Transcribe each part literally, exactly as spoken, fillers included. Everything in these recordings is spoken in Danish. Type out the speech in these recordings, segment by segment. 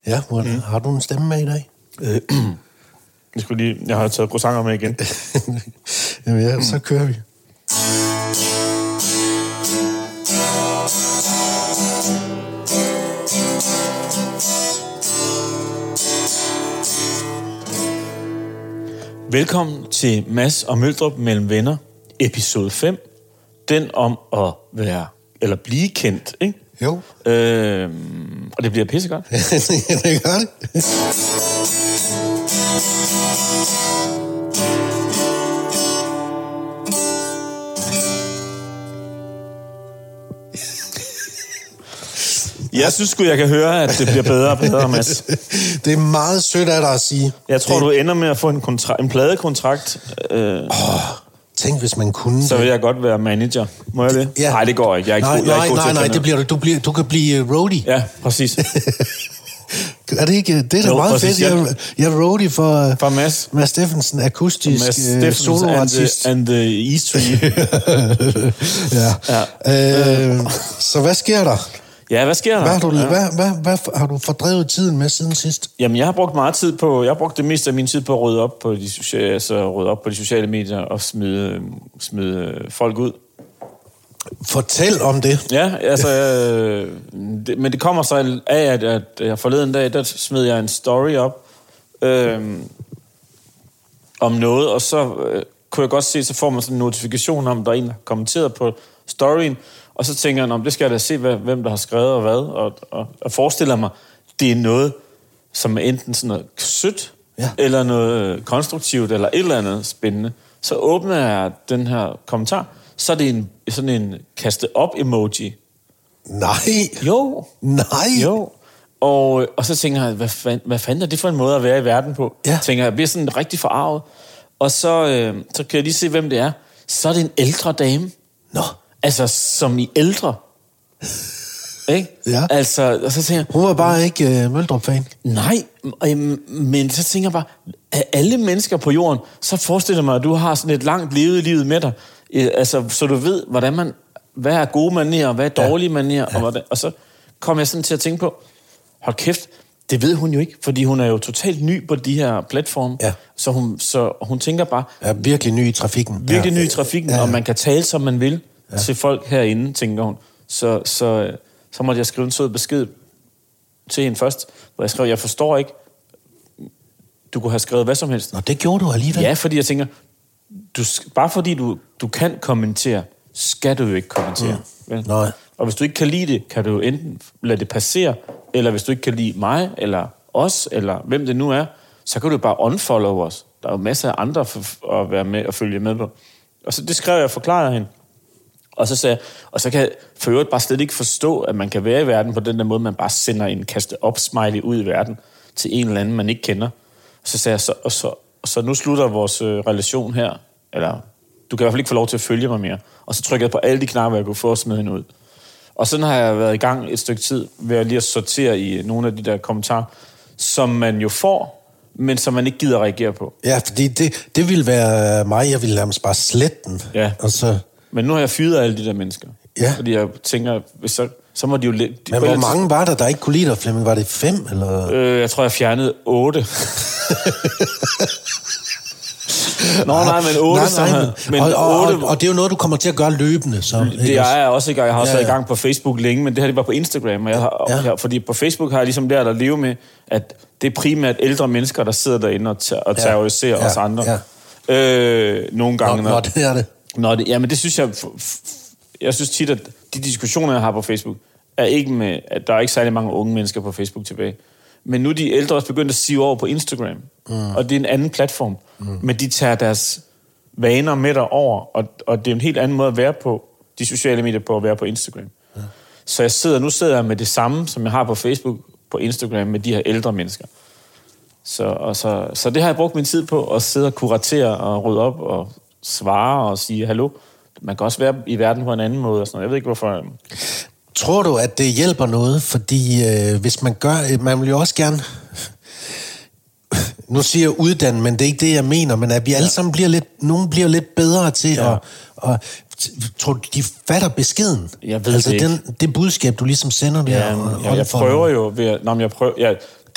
Ja, mm. Har du en stemme med i dag? Øh, jeg, skulle lige, jeg har taget croissanter med igen. Jamen ja, så kører vi. Velkommen til Mads og Møldrup mellem venner, episode fem. Den om at være, eller blive kendt, ikke? Jo. Øh, og det bliver pissegodt. Det gør det. Jeg synes sgu, jeg kan høre, at det bliver bedre og bedre, Mads. Det er meget sødt af dig at sige. Jeg tror, det... du ender med at få en, kontra- en pladekontrakt. Øh, oh, tænk, hvis man kunne. Så vil jeg godt være manager. Må jeg det? Ja. Nej, det går ikke. Jeg er ikke, nej, god, jeg er ikke nej, god nej, til nej, det bliver du. Du, bliver, du kan blive roadie. Ja, præcis. Er det ikke? Det er da jo, meget præcis, fedt. Jeg, jeg er roadie for, for Mads. Mads Steffensen, akustisk Mads soloartist. And the, and the East Tree. ja. ja. Øh, så hvad sker der? Ja, hvad sker der? Hvad har, du, ja. hvad, hvad, hvad har du fordrevet tiden med siden sidst? Jamen, jeg har brugt meget tid på, jeg har brugt det meste af min tid på at rydde op på de sociale, altså rydde op på de sociale medier og smide, smide folk ud. Fortæl om det. Ja, altså, øh, det, men det kommer så af, at, at jeg forleden dag, der smed jeg en story op øh, om noget, og så øh, kunne jeg godt se, så får man sådan en notifikation om, der er en, der har kommenteret på storyen, og så tænker jeg, om det skal jeg da se, hvem der har skrevet og hvad, og, og, og forestiller mig, det er noget, som er enten sådan noget sødt, ja. Eller noget konstruktivt, eller et eller andet spændende. Så åbner jeg den her kommentar, så er det en, sådan en kaste-op-emoji. Nej. Jo. Nej. Jo. Og, og så tænker jeg, hvad fanden, hvad fanden er det for en måde at være i verden på? Ja. Tænker jeg, bliver sådan rigtig forarvet. Og så, øh, så kan jeg lige se, hvem det er. Så er det en ældre dame. Nå. Altså, som i ældre. Ikke? Ja. Altså, og så tænker jeg... Hun var bare ikke uh, Møldrup-fan. Nej, øh, men så tænker jeg bare, at alle mennesker på jorden, så forestiller mig, at du har sådan et langt levet livet med dig. Altså, så du ved, hvordan man, hvad er gode manerer, hvad er dårlige ja. manerer, ja. og, hvordan, og så kom jeg sådan til at tænke på, hold kæft, det ved hun jo ikke, fordi hun er jo totalt ny på de her platforme, ja. så, hun, så hun tænker bare... Er virkelig ny i trafikken. Virkelig ja. ny i trafikken, ja. og man kan tale, som man vil, ja. til folk herinde, tænker hun. Så, så, så måtte jeg skrive en sød besked til hende først, hvor jeg skrev, jeg forstår ikke, du kunne have skrevet hvad som helst. Nå, det gjorde du alligevel. Ja, fordi jeg tænker, du, bare fordi du, du kan kommentere, skal du jo ikke kommentere. Mm. Nej. Og hvis du ikke kan lide det, kan du jo enten lade det passere, eller hvis du ikke kan lide mig, eller os, eller hvem det nu er, så kan du bare unfollow os. Der er jo masser af andre for, at være med og følge med på. Og så det skrev jeg og forklarede hende. Og så sagde jeg, og så kan jeg for øvrigt bare slet ikke forstå, at man kan være i verden på den der måde, man bare sender en kaste-op-smiley ud i verden til en eller anden, man ikke kender. Og så sagde jeg, så, og så, og så nu slutter vores øh, relation her, eller du kan i hvert fald ikke få lov til at følge mig mere. Og så trykkede jeg på alle de knapper, jeg kunne få at smide hende ud. Og sådan har jeg været i gang et stykke tid, ved at lige at sortere i nogle af de der kommentarer, som man jo får, men som man ikke gider reagere på. Ja, fordi det, det ville være mig, jeg ville nærmest bare slette den. Ja. Og så... Men nu har jeg fyret alle de der mennesker. Ja. Fordi jeg tænker, hvis så, så må de jo... De, men hvor mange var der, der ikke kunne lide dig, Flemming? Var det fem, eller...? Øh, jeg tror, jeg fjernede otte. Nå, nej, men otte... Nej, nej, men, men og, og, otte, og, og det er jo noget, du kommer til at gøre løbende. Så, det er jeg også i gang. Jeg har også ja, ja. været i gang på Facebook længe, men det her det var på Instagram. Og jeg har, ja. jeg, fordi på Facebook har jeg ligesom lært at leve med, at det er primært ældre mennesker, der sidder derinde og, ter- og terroriserer ja. os andre. Ja. Øh, nogle gange... Nå, når det er det. Når det, jamen det synes jeg, jeg synes tit, at de diskussioner, jeg har på Facebook, er ikke med, at der er ikke særlig mange unge mennesker på Facebook tilbage. Men nu er de ældre også begyndt at sive over på Instagram, mm. og det er en anden platform. Mm. Men de tager deres vaner med derover, og, og det er en helt anden måde at være på, de sociale medier på at være på Instagram. Ja. Så jeg sidder, nu sidder jeg med det samme, som jeg har på Facebook, på Instagram, med de her ældre mennesker. Så, og så, så det har jeg brugt min tid på, at sidde og kuratere og rydde op og svare og sige, hallo, man kan også være i verden på en anden måde. Og sådan noget. Jeg ved ikke, hvorfor... Tror du, at det hjælper noget? Fordi øh, hvis man gør... Man vil jo også gerne... Nu siger jeg uddanne, men det er ikke det, jeg mener. Men at vi alle sammen bliver lidt... Nogen bliver lidt bedre til ja. at... Og, tror du, de fatter beskeden? Jeg ved altså det den, det budskab, du ligesom sender ved ja, at... Jeg, jeg prøver jo ved at... Nå, men jeg prøver... Jeg,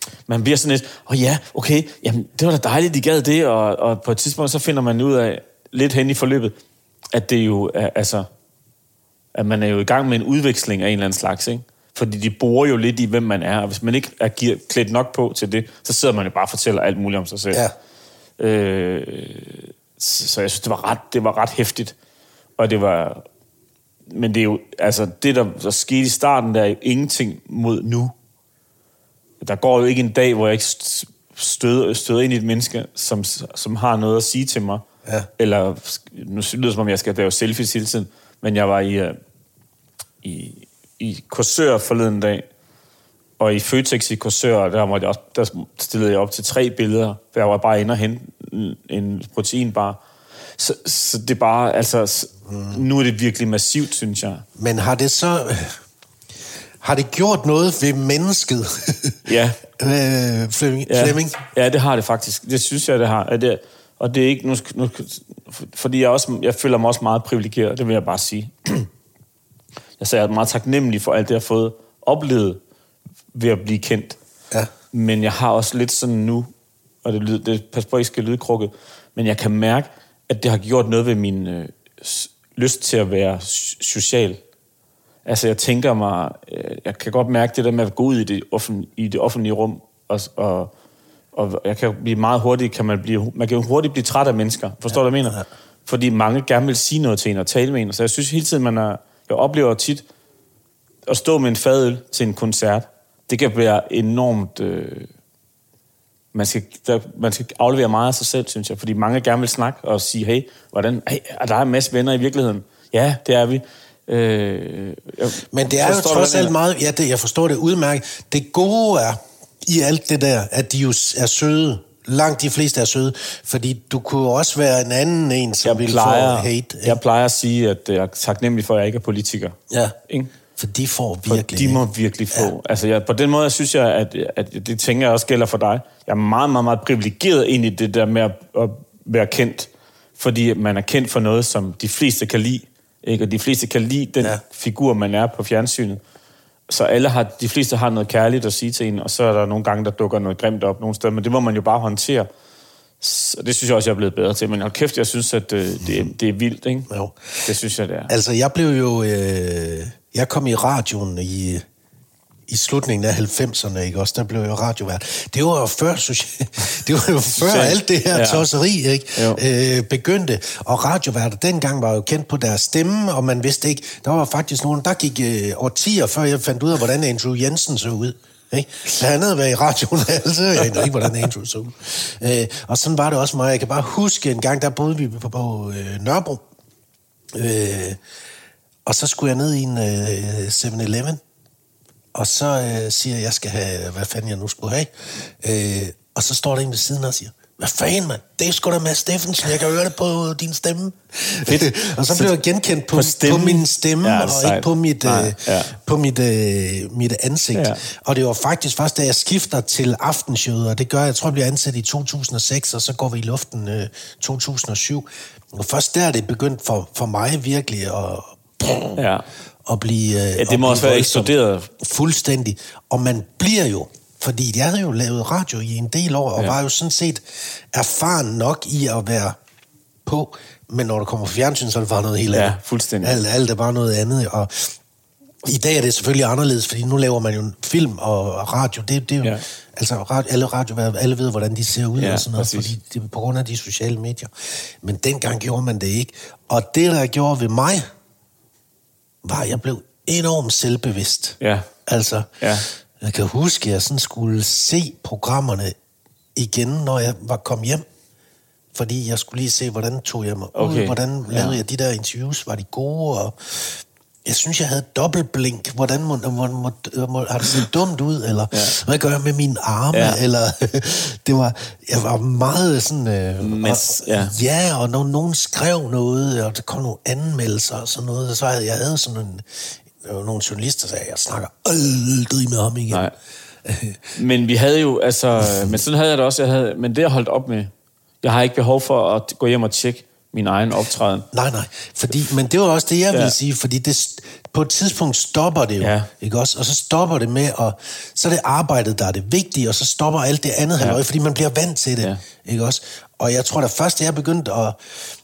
man bliver sådan lidt, åh oh ja, okay, jamen, det var da dejligt, de gad det, og, og på et tidspunkt, så finder man ud af, lidt hen i forløbet, at det jo er, altså, at man er jo i gang med en udveksling af en eller anden slags, ikke? Fordi de borer jo lidt i, hvem man er, og hvis man ikke er klædt nok på til det, så sidder man jo bare og fortæller alt muligt om sig selv. Ja. Øh, så jeg synes, det var ret, det var ret hæftigt, og det var, men det er jo, altså, det der, der skete i starten, der er jo ingenting mod nu. Der går jo ikke en dag, hvor jeg ikke støder, støder ind i et menneske, som, som har noget at sige til mig. Ja. Eller, nu lyder det som om, jeg skal lave selfies hele tiden, men jeg var i, i, i Korsør forleden dag, og i Føtex i Korsør, der, måtte jeg også, der stillede jeg op til tre billeder, for jeg var bare inde og hente en proteinbar. Så, så det er bare, altså, mm. nu er det virkelig massivt, synes jeg. Men har det så... Har det gjort noget ved mennesket? Ja. øh, Flemming? Ja. ja, det har det faktisk. Det synes jeg, det har. Det, og det er ikke... Nu, nu, fordi jeg, også, jeg føler mig også meget privilegeret, det vil jeg bare sige. Jeg så jeg er meget taknemmelig for alt det, jeg har fået oplevet ved at blive kendt. Ja. Men jeg har også lidt sådan nu, og det, det pas på, ikke skal lyde krukket, men jeg kan mærke, at det har gjort noget ved min øh, lyst til at være social. Altså, jeg tænker mig, jeg kan godt mærke det der med at gå ud i det offentlige, i det offentlige rum, og, og, og jeg kan blive meget hurtigt, kan man blive, man kan jo hurtigt blive træt af mennesker. Forstår du, ja, hvad jeg mener? Ja. Fordi mange gerne vil sige noget til en og tale med en. Så jeg synes hele tiden, man er, jeg oplever tit at stå med en fadøl til en koncert. Det kan være enormt... Øh, man, skal, der, man skal aflevere meget af sig selv, synes jeg. Fordi mange gerne vil snakke og sige, hey, hvordan, hey, er der en masse venner i virkeligheden? Ja, det er vi. Øh, Men det er jo trods alt meget... Ja, det, jeg forstår det udmærket. Det gode er i alt det der, at de jo er søde. Langt de fleste er søde. Fordi du kunne også være en anden en, som ville få hate. Ikke? Jeg plejer at sige, at jeg er taknemmelig for, at jeg ikke er politiker. Ja, ikke? For de får virkelig... For de må virkelig få. Ja. Altså, jeg, på den måde synes jeg, at, at det tænker jeg også gælder for dig. Jeg er meget, meget, meget privilegeret ind i det der med at, at være kendt. Fordi man er kendt for noget, som de fleste kan lide. Ikke? Og de fleste kan lide den ja. figur, man er på fjernsynet. Så alle har, de fleste har noget kærligt at sige til en, og så er der nogle gange, der dukker noget grimt op nogle steder, men det må man jo bare håndtere. Så det synes jeg også, jeg er blevet bedre til. Men hold kæft, jeg synes, at det, det, det er vildt, ikke? Jo. Det synes jeg, det er. Altså, jeg blev jo... Øh, jeg kom i radioen i... i slutningen af halvfemserne, ikke også? Der blev jo radiovært. Det var jo før, det var jo før alt det her tosseri, ikke? Øh, begyndte. Og radioværter dengang var jo kendt på deres stemme, og man vidste ikke, der var faktisk nogen, der gik øh, årtier, før jeg fandt ud af, hvordan Andrew Jensen så ud. Ikke? Han havde været i radioen, altså. Jeg ved ikke, hvordan Andrew så ud. Øh, og sådan var det også mig. Jeg kan bare huske en gang, der boede vi på, på øh, Nørrebro. Øh, og så skulle jeg ned i en øh, seven eleven. Og så øh, siger jeg, jeg skal have, hvad fanden jeg nu skulle have. Øh, og så står der en ved siden og siger, hvad fanden, mand? Det er sgu da Mads Steffensen, jeg kan høre det på din stemme. Og så blev jeg genkendt på, på, på min stemme, ja, og sejt. Ikke på mit, Nej, øh, ja. på mit, øh, mit ansigt. Ja. Og det var faktisk først, da jeg skifter til aftenshowet, og det gør jeg, jeg tror, jeg bliver ansat i to tusind og seks, og så går vi i luften øh, to tusind og syv. Og først der er det begyndt for, for mig virkelig at... Ja. at blive... Ja, det må også være eksploderet. Fuldstændig. Og man bliver jo, fordi jeg havde jo lavet radio i en del år, og ja. var jo sådan set erfaren nok i at være på, men når der kommer fjernsyn, så er det bare noget helt andet. Ja, fuldstændig. Alt, alt er bare noget andet, og i dag er det selvfølgelig anderledes, fordi nu laver man jo film og radio. Det, det er jo, ja. altså radio, alle radio, alle ved, hvordan de ser ud, ja, og sådan noget, præcis. Fordi det er på grund af de sociale medier. Men dengang gjorde man det ikke. Og det, der gjorde ved mig, var, at jeg blev enormt selvbevidst. Ja. Altså, ja. jeg kan huske, at jeg sådan skulle se programmerne igen, når jeg var kom hjem. Fordi jeg skulle lige se, hvordan tog jeg mig okay. ud, hvordan lavede ja. jeg de der interviews, var de gode, og jeg synes, jeg havde dobbeltblink. Hvordan må, må, må, må, har det set dumt ud, eller ja. hvad gør jeg med mine arme, ja. eller det var, jeg var meget sådan, øh, Mess, og, ja. ja, og når nogen skrev noget, og der kom nogle anmeldelser og sådan noget, så havde jeg havde sådan en, nogle journalister, der sagde, jeg snakker aldrig med ham igen. Nej. Men vi havde jo, altså, men sådan havde jeg det også, jeg havde, men det jeg holdt op med, jeg har ikke behov for at gå hjem og tjekke, min egen optræden. Nej, nej. Fordi, men det var også det, jeg Ja. ville sige, fordi det, på et tidspunkt stopper det jo, Ja. ikke også? Og så stopper det med, og så er det arbejdet, der er det vigtige, og så stopper alt det andet Ja. halløj, fordi man bliver vant til det, Ja. ikke også? Og jeg tror da først, da jeg begyndte at,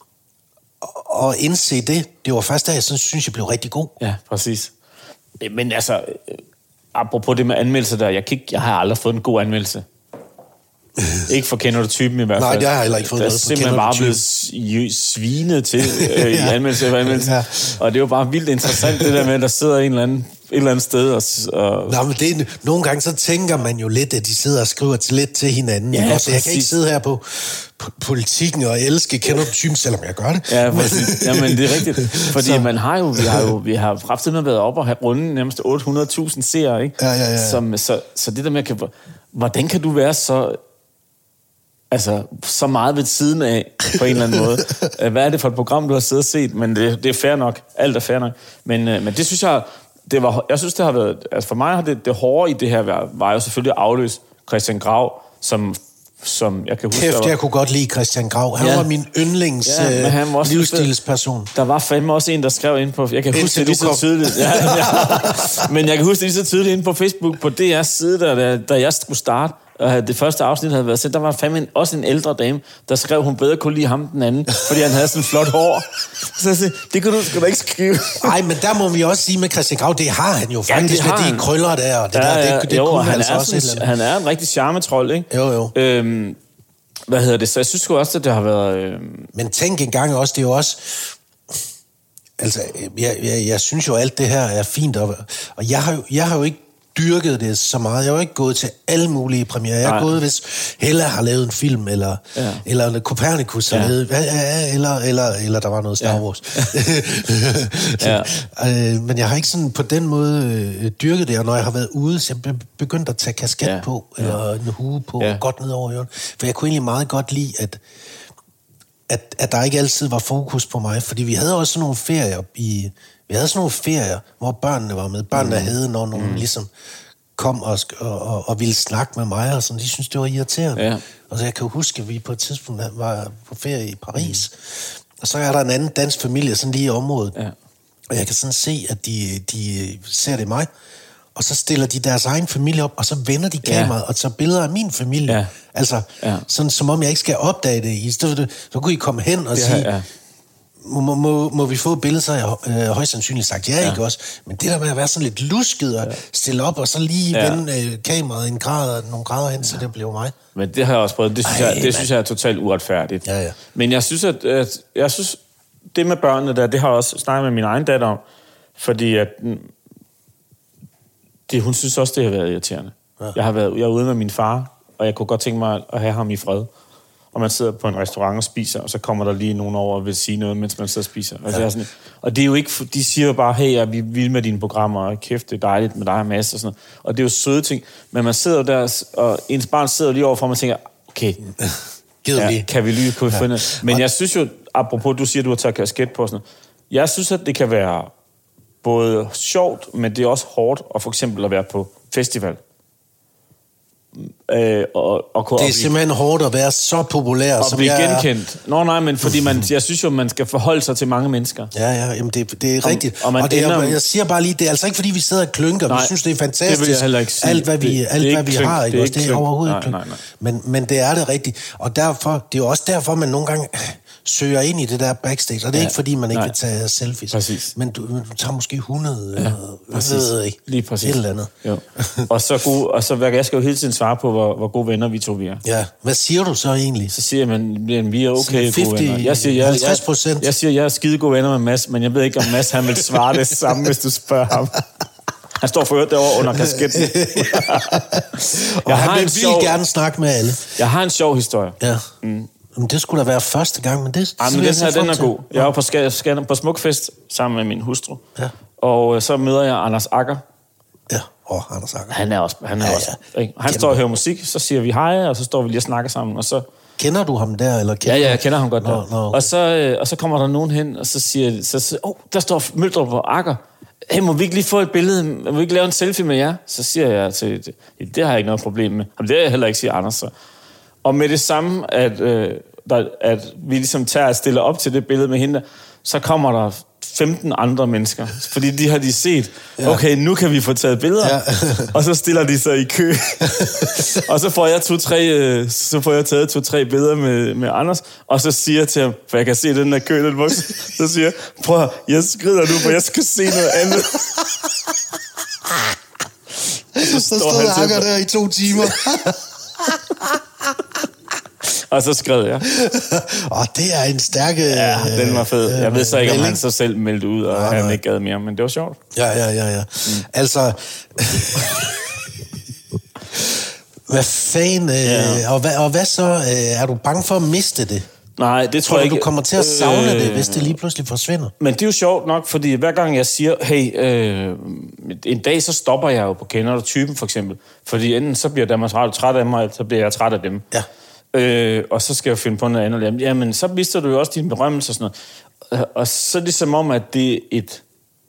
at indse det, det var først da jeg sådan, synes, jeg blev rigtig god. Ja, præcis. Men altså, øh, apropos det med anmeldelser der, jeg, kan ikke, jeg har aldrig fået en god anmeldelse. Ikke for kender du typen i hvert fald. Nej, det har jeg heller ikke fået der noget er for simpelthen kender bare du blevet s- svinet til øh, i Ja. anmeldelse efter anmeldelse. Ja. Og det er jo bare vildt interessant, det der med, at der sidder en eller anden, et eller andet sted. Og, og Nå, men det er, nogle gange så tænker man jo lidt, at de sidder og skriver til lidt til hinanden. Ja, ikke også? Så jeg kan ikke præcis. sidde her på, på politikken og elske kender du typen, selvom jeg gør det. Ja, præcis. Jamen, det er rigtigt. Fordi så. man har jo, vi har jo, vi har haft været op og have rundet nærmest otte hundrede tusind seere, ikke? Ja, ja, ja, ja. Som, så, så det der med, kan, hvordan kan du være så, altså, så meget ved siden af, på en eller anden måde? Hvad er det for et program, du har siddet og set? Men det, det er fair nok. Alt er fair nok. Men, men det synes jeg, det var, jeg synes, det har været, altså for mig har det, det hårde i det her var, var jo selvfølgelig at afløse Christian Grau, som som jeg kan huske... Kæft, var, jeg kunne godt lide Christian Grau. Han Ja. var min yndlings Ja, men han var øh, også livsstilsperson. Der var fandme også en, der skrev ind på... Jeg kan huske Indtil det lige du så kom. tydeligt. Ja, ja. Men jeg kan huske det lige så tydeligt inde på Facebook, på D R's side, der, der, da jeg skulle starte, og det første afsnit havde været sendt, der var fandme en, også en ældre dame, der skrev, hun bedre kunne lide ham den anden, fordi han havde sådan flot hår. Så jeg sagde, det kunne du sgu da ikke skrive. Nej, men der må vi også sige med Christian Grau, det har han jo Ja, faktisk det har med de han. krøller der, og det Ja, der, ja, det, det jo, kunne han altså er også et sådan, eller andet. han er en rigtig charmetrold, ikke? Jo, jo. Øhm, hvad hedder det? Så jeg synes sgu også, at det har været... Øh... Men tænk engang også, det er jo også... Altså, jeg, jeg, jeg synes jo, alt det her er fint, og, og jeg, har jo, jeg har jo ikke dyrket det så meget. Jeg har jo ikke gået til alle mulige premiere. Jeg har Nej. gået, hvis Hella har lavet en film, eller, Ja. eller Copernicus har Ja. lavet, ja, ja, eller, eller, eller der var noget Star Ja. Wars. Ja. øh, men jeg har ikke sådan på den måde øh, dyrket det, og når jeg har været ude, så jeg be- begyndt at tage kasket Ja. på, Ja. eller en hue på, Ja. godt ned over hjørnet. For jeg kunne egentlig meget godt lide, at At, at der ikke altid var fokus på mig, fordi vi havde også sådan nogle ferier i, vi havde sådan nogle ferier, hvor børnene var med. Børnene mm. havde, når nogen mm. ligesom kom og, og, og, og ville snakke med mig, og sådan, de syntes, det var irriterende. Ja. Og så jeg kan jo huske, at vi på et tidspunkt var på ferie i Paris, mm. og så er der en anden dansk familie sådan lige i området, Ja. og jeg kan sådan se, at de, de ser det mig, og så stiller de deres egen familie op, og så vender de kameraet, Ja. og tager billeder af min familie. Ja. Altså, Ja. sådan som om jeg ikke skal opdage det. I stedet for det, så kunne I komme hen og Det sige, har- ja. må, må, må, må vi få et billede, så har jeg øh, højst sandsynligt sagt ja, ja, ikke også? Men det der med at være sådan lidt lusket og ja. stille op, og så lige Ja. vende øh, kameraet en grad, nogle grader hen, ja. så det blev mig. Men det har jeg også prøvet. Det synes, Ej, jeg, det mand. synes jeg er totalt uretfærdigt. Ja, ja. Men jeg synes, at, at jeg synes, det med børnene der, det har jeg også snakket med min egen datter om. Fordi at, mm, det, hun synes også, det har været irriterende. Ja. Jeg har været jeg er ude med min far, og jeg kunne godt tænke mig at have ham i fred. Og man sidder på en restaurant og spiser, og så kommer der lige nogen over og vil sige noget, mens man sidder og spiser. Altså, Ja. jeg er sådan, og det er jo ikke, de siger jo bare, hey, jeg er vild med dine programmer, og kæft, det er dejligt med dig og Mads og sådan noget. Og det er jo søde ting. Men man sidder der, og ens barn sidder lige overfor, og man tænker, okay, Gider ja, lige. kan vi lige kunne Ja. finde. Men jeg synes jo, apropos, du siger, du har taget kasket på sådan noget. Jeg synes, at det kan være både sjovt, men det er også hårdt at for eksempel at være på festival. Øh, og, og kunne Det er blive, simpelthen hårdt at være så populær, og som blive jeg er. genkendt. Nå nej, men fordi man, jeg synes jo, man skal forholde sig til mange mennesker. Ja, ja, jamen det, det er Og- rigtigt. og man og det er, ender- jeg siger bare lige, det er altså ikke, fordi vi sidder og klynker. Nej, Vi synes, det er fantastisk. det vil jeg heller ikke sige. Alt, hvad vi, Det- det er alt, ikke hvad vi klynk. har, Det ikke er også? ikke Det er klynk. overhovedet Nej, ikke klynk. nej, nej. Men, men det er det rigtigt. Og derfor, det er jo også derfor, man nogle gange søger ind i det der backstage. Og det er Ja, ikke, fordi man ikke nej. vil tage selfies. Præcis. Men du, men du tager måske hundrede, ja, præcis. jeg ved ikke. Lige præcis. Et eller andet. Jo. Og så gode, og så jeg skal jo hele tiden svare på, hvor, hvor gode venner vi to vi er. Ja, hvad siger du så egentlig? Så siger man, at vi er okay Siger gode halvtreds, venner. Jeg siger, jeg, halvtreds procent. Jeg, jeg siger, jeg er skide gode venner med Mads, men jeg ved ikke, om Mads han vil svare det samme, hvis du spørger ham. Han står for øvrigt derovre under kasketten. Og Jeg han har vil en vildt sjov- gerne snakke med alle. Jeg har en sjov historie. Ja. Mm. Men det skulle da være første gang, men det... Ej, det men vil den jeg her, se den frem er til. god. Jeg var på, skal, skal, på Smukfest sammen med min hustru. Ja. Og øh, så møder jeg Anders Akker. Ja, åh, Anders Akker. Han er også... Han, er Ja, ja, ja. også ikke? Han Kender står og du? hører musik, så siger vi hej, og så står vi lige og snakker sammen, og så... Kender du ham der, eller Ja, kender ja, du- jeg kender ham godt Nå, der. nå, okay. Og, så, øh, og så kommer der nogen hen, og så siger så, så åh, oh, der står Møldrup og Akker. Hey, må vi ikke lige få et billede? Må vi ikke lave en selfie med jer? Så siger jeg til det, det har jeg ikke noget problem med. Jamen, det er jeg heller ikke, siger Anders så. Og med det samme, at, øh, der, at vi ligesom tager og stiller op til det billede med hende, så kommer der femten andre mennesker, fordi de har de set, okay, nu kan vi få taget billeder, ja. Og så stiller de sig i kø, og så får jeg to-tre, så får jeg taget to-tre billeder med, med Anders, og så siger jeg til ham, for jeg kan se den der kø, den vokser, så siger jeg, prøv, jeg skrider nu, for jeg skal se noget andet. Så, så stod jeg hakker der i to timer. Og så skrev jeg. Åh, det er en stærk... Ja, den var fed. Jeg ved så ikke, om han så selv meldte ud, og nej, han ikke gad mere, men det var sjovt. Ja, ja, ja, ja. Mm. Altså... hvad fanden... Øh, ja. og, hvad, og hvad så? Øh, er du bange for at miste det? Nej, det tror du, jeg ikke. Du kommer til at savne øh, det, hvis det lige pludselig forsvinder. Men det er jo sjovt nok, fordi hver gang jeg siger, hey, øh, en dag så stopper jeg jo på Kender du typen, for eksempel. Fordi enten så bliver Danmarks Radio træt af mig, eller så bliver jeg træt af dem. Ja. Øh, og så skal jeg finde på noget andet. Jamen, så mister du jo også din berømmelse og sådan noget. Og så er det som om, at det er et...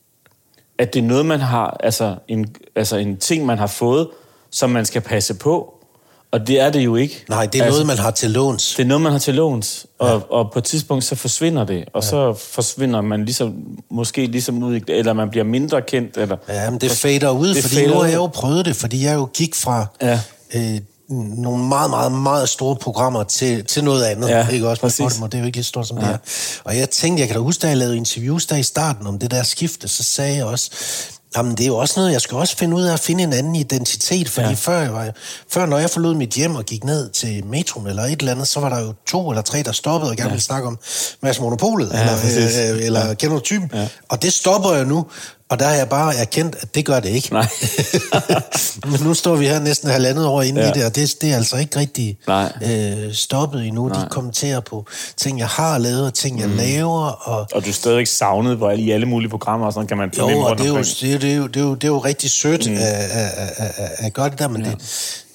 At det er noget, man har... Altså en, altså en ting, man har fået, som man skal passe på. Og det er det jo ikke. Nej, det er altså, noget, man har til låns. Det er noget, man har til låns. Og, ja. og på et tidspunkt, så forsvinder det. Og ja. så forsvinder man ligesom... Måske ligesom ud... Eller man bliver mindre kendt. Eller, ja, men det fader ud, det fordi fader nu har jeg jo prøvet det. Fordi jeg jo gik fra... Ja. Øh, nogle meget, meget, meget store programmer til, til noget andet. Ja, ikke også? præcis. Det er jo ikke lige stort som ja. det er. Og jeg tænkte, jeg kan da huske, da jeg lavede interviews der i starten om det der skifte, så sagde jeg også, jamen det er jo også noget, jeg skal også finde ud af at finde en anden identitet, fordi ja. før, jeg var, før når jeg forlod mit hjem og gik ned til metroen eller et eller andet, så var der jo to eller tre, der stoppede og gerne ja. ville snakke om Mads Monopolet, ja, eller, øh, eller ja. Kender du typen? Ja. Og det stopper jeg nu, og der har jeg bare erkendt, at det gør det ikke. Nej. Men nu står vi her næsten halvandet år inde ja. i det, og det, det er altså ikke rigtig øh, stoppet endnu. Nej. De kommenterer på ting, jeg har lavet, og ting, jeg mm. laver. Og, og du er stadigvæk savnet hvor i alle mulige programmer, og sådan kan man... Jo, og det er jo, det, er, det, er jo, det, er jo, det er jo rigtig sødt mm. at, at, at, at, at gøre det der, men ja. det...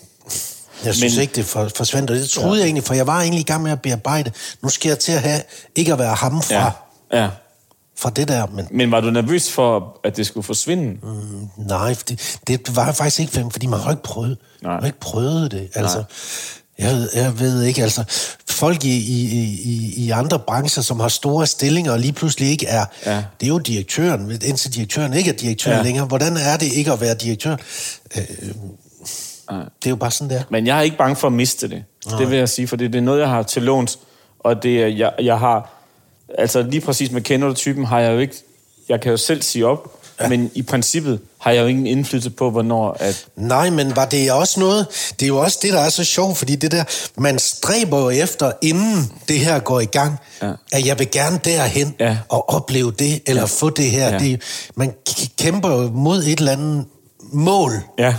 Jeg synes men, ikke, det for, forsvandt, og det troede ja. jeg egentlig, for jeg var egentlig i gang med at bearbejde. Nu skal jeg til at have, ikke at være ham fra... Ja, ja. For det der, men... Men var du nervøs for, at det skulle forsvinde? Mm, nej, det, det var faktisk ikke, fordi man har ikke prøvet, man har ikke prøvet det. Altså, jeg, jeg ved ikke, altså, folk i, i, i, i andre brancher, som har store stillinger, og lige pludselig ikke er, ja. det er jo direktøren, indtil direktøren ikke er direktør ja. længere. Hvordan er det ikke at være direktør? Øh, det er jo bare sådan der. Men jeg er ikke bange for at miste det. Nej. Det vil jeg sige, for det, det er noget, jeg har til låns, og det er, jeg, jeg har... Altså lige præcis med Kender du typen har jeg jo ikke... Jeg kan jo selv sige op, ja. men i princippet har jeg jo ingen indflydelse på, hvornår at... Nej, men var det også noget... Det er jo også det, der er så sjovt, fordi det der... Man stræber jo efter, inden det her går i gang, ja. at jeg vil gerne derhen ja. og opleve det, eller ja. få det her. Ja. Det, man kæmper jo mod et eller andet mål. Ja.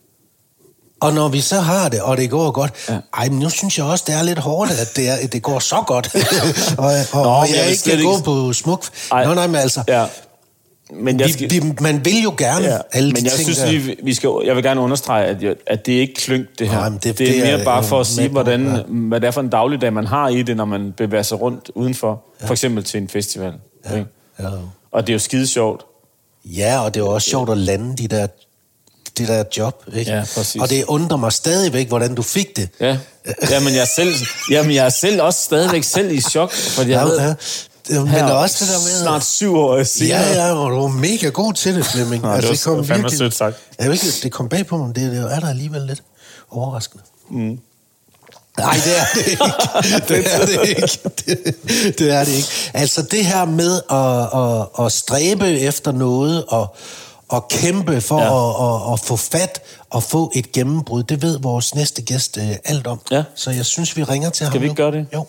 Og når vi så har det, og det går godt, ja. ej, men nu synes jeg også, det er lidt hårdt, at det, er, at det går så godt. og og, Nå, og jeg, jeg ikke kan ikke... gå på smuk... Ej. Nå, nej, men altså... Ja. Men jeg skal... vi, vi, man vil jo gerne ja. alle men de jeg ting, synes, vi, vi skal, jeg vil gerne understrege, at, jeg, at det ikke klynk, det her. Nej, det, det, det er mere er, bare for at sige, hvordan, ja. hvad det er for en dagligdag, man har i det, når man bevæger sig rundt udenfor. Ja. For eksempel til en festival. Ja. Ja. Og det er jo skide sjovt. Ja, og det er jo også sjovt at lande de der... det der job, ikke? Ja, præcis. Og det undrer mig stadigvæk, hvordan du fik det. Ja, jamen jeg er selv, jamen jeg er selv også stadigvæk selv i chok, fordi jeg ja, ved, ja. Men her, også det der med... Snart syv år senere. Ja, ja, og du var mega god til det, Flemming. Nå, altså, det var det fandme sødt sagt. Jeg ved ikke, det kom bag på mig, det, det er der alligevel lidt overraskende. Mm. Nej, det er det ikke. Det er det ikke. Det, det er det ikke. Altså det her med at, at, at stræbe efter noget, og og kæmpe for ja. at, at, at få fat og få et gennembrud. Det ved vores næste gæst uh, alt om. Ja. Så jeg synes, vi ringer til Skal ham Skal vi ikke gøre det? Jo.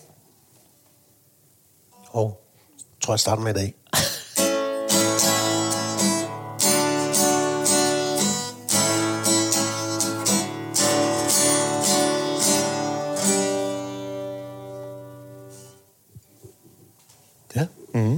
Og tror jeg starter med i dag. Ja. Mhm.